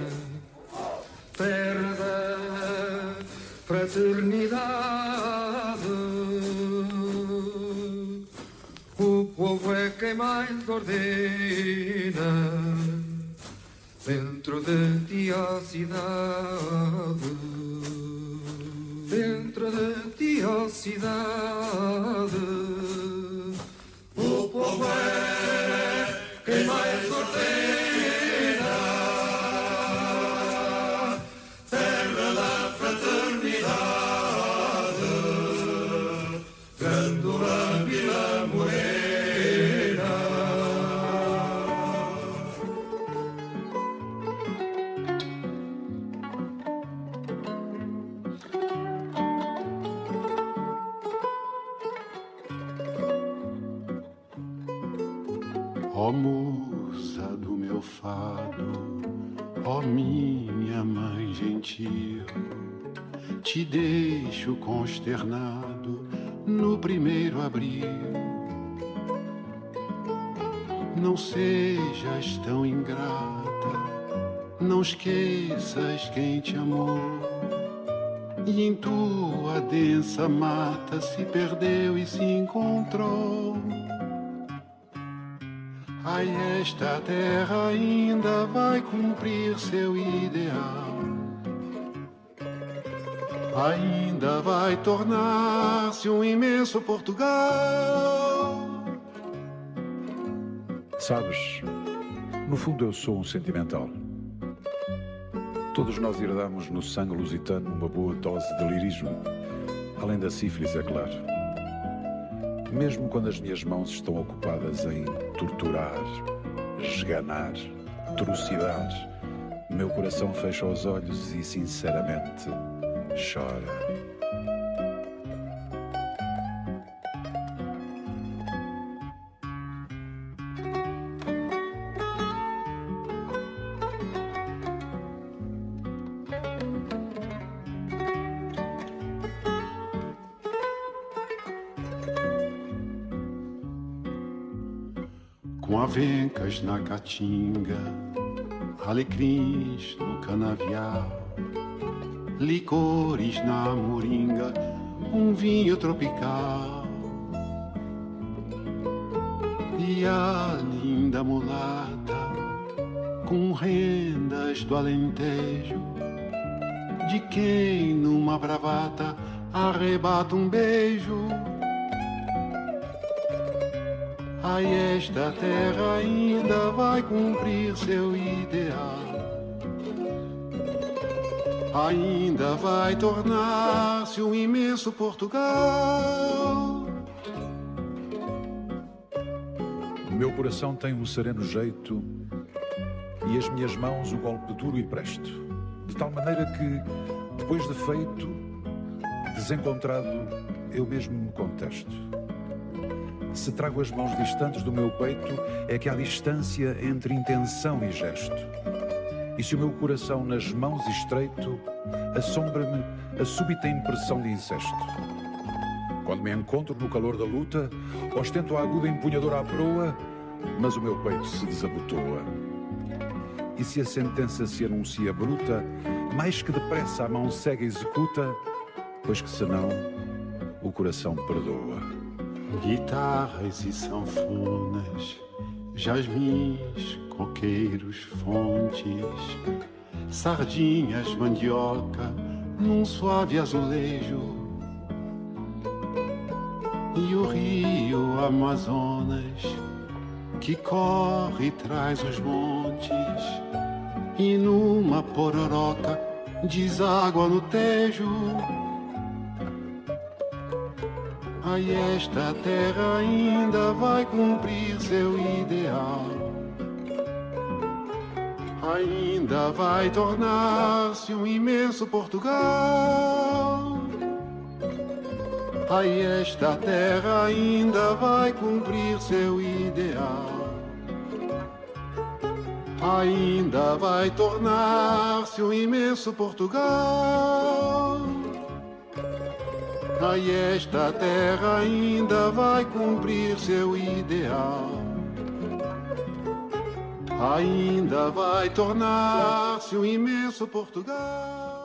terra da fraternidade. O povo é quem mais ordena dentro de ti a cidade. Dentro de ti a cidade. O povo é quem mais ordena, terra da fraternidade, Grândola Vila Morena. Ó musa do meu fado, ó minha mãe gentil, te deixo consternado no primeiro abril. Não sejas tão ingrata, não esqueças quem te amou, e em tua densa mata se perdeu e se encontrou. Ai, esta terra ainda vai cumprir seu ideal, ainda vai tornar-se um imenso Portugal. Sabes, no fundo eu sou um sentimental. Todos nós herdamos no sangue lusitano uma boa dose de lirismo, além da sífilis, é claro. Mesmo quando as minhas mãos estão ocupadas em torturar, esganar, trucidar, meu coração fecha os olhos e sinceramente chora. Com avencas na caatinga, alecrins no canavial, licores na moringa, um vinho tropical. E a linda mulata, com rendas do Alentejo, de quem numa bravata arrebata um beijo. Ai, esta terra ainda vai cumprir seu ideal, ainda vai tornar-se um imenso Portugal. Meu coração tem um sereno jeito e as minhas mãos o golpe duro e presto, de tal maneira que, depois de feito, desencontrado, eu mesmo me contesto. Se trago as mãos distantes do meu peito, é que há distância entre intenção e gesto. E se o meu coração nas mãos estreito, assombra-me a súbita impressão de incesto. Quando me encontro no calor da luta, ostento a aguda empunhadora à proa, mas o meu peito se desabotoa. E se a sentença se anuncia bruta, mais que depressa a mão cega executa, pois que senão o coração perdoa. Guitarras e sanfonas, jasmins, coqueiros, fontes, sardinhas, mandioca, num suave azulejo. E o rio Amazonas, que corre e traz os montes, e numa pororoca deságua no Tejo. Ai, esta terra ainda vai cumprir seu ideal, ainda vai tornar-se um imenso Portugal. Ai, esta terra ainda vai cumprir seu ideal, ainda vai tornar-se um imenso Portugal. Ai, esta terra ainda vai cumprir seu ideal, ainda vai tornar-se um imenso Portugal.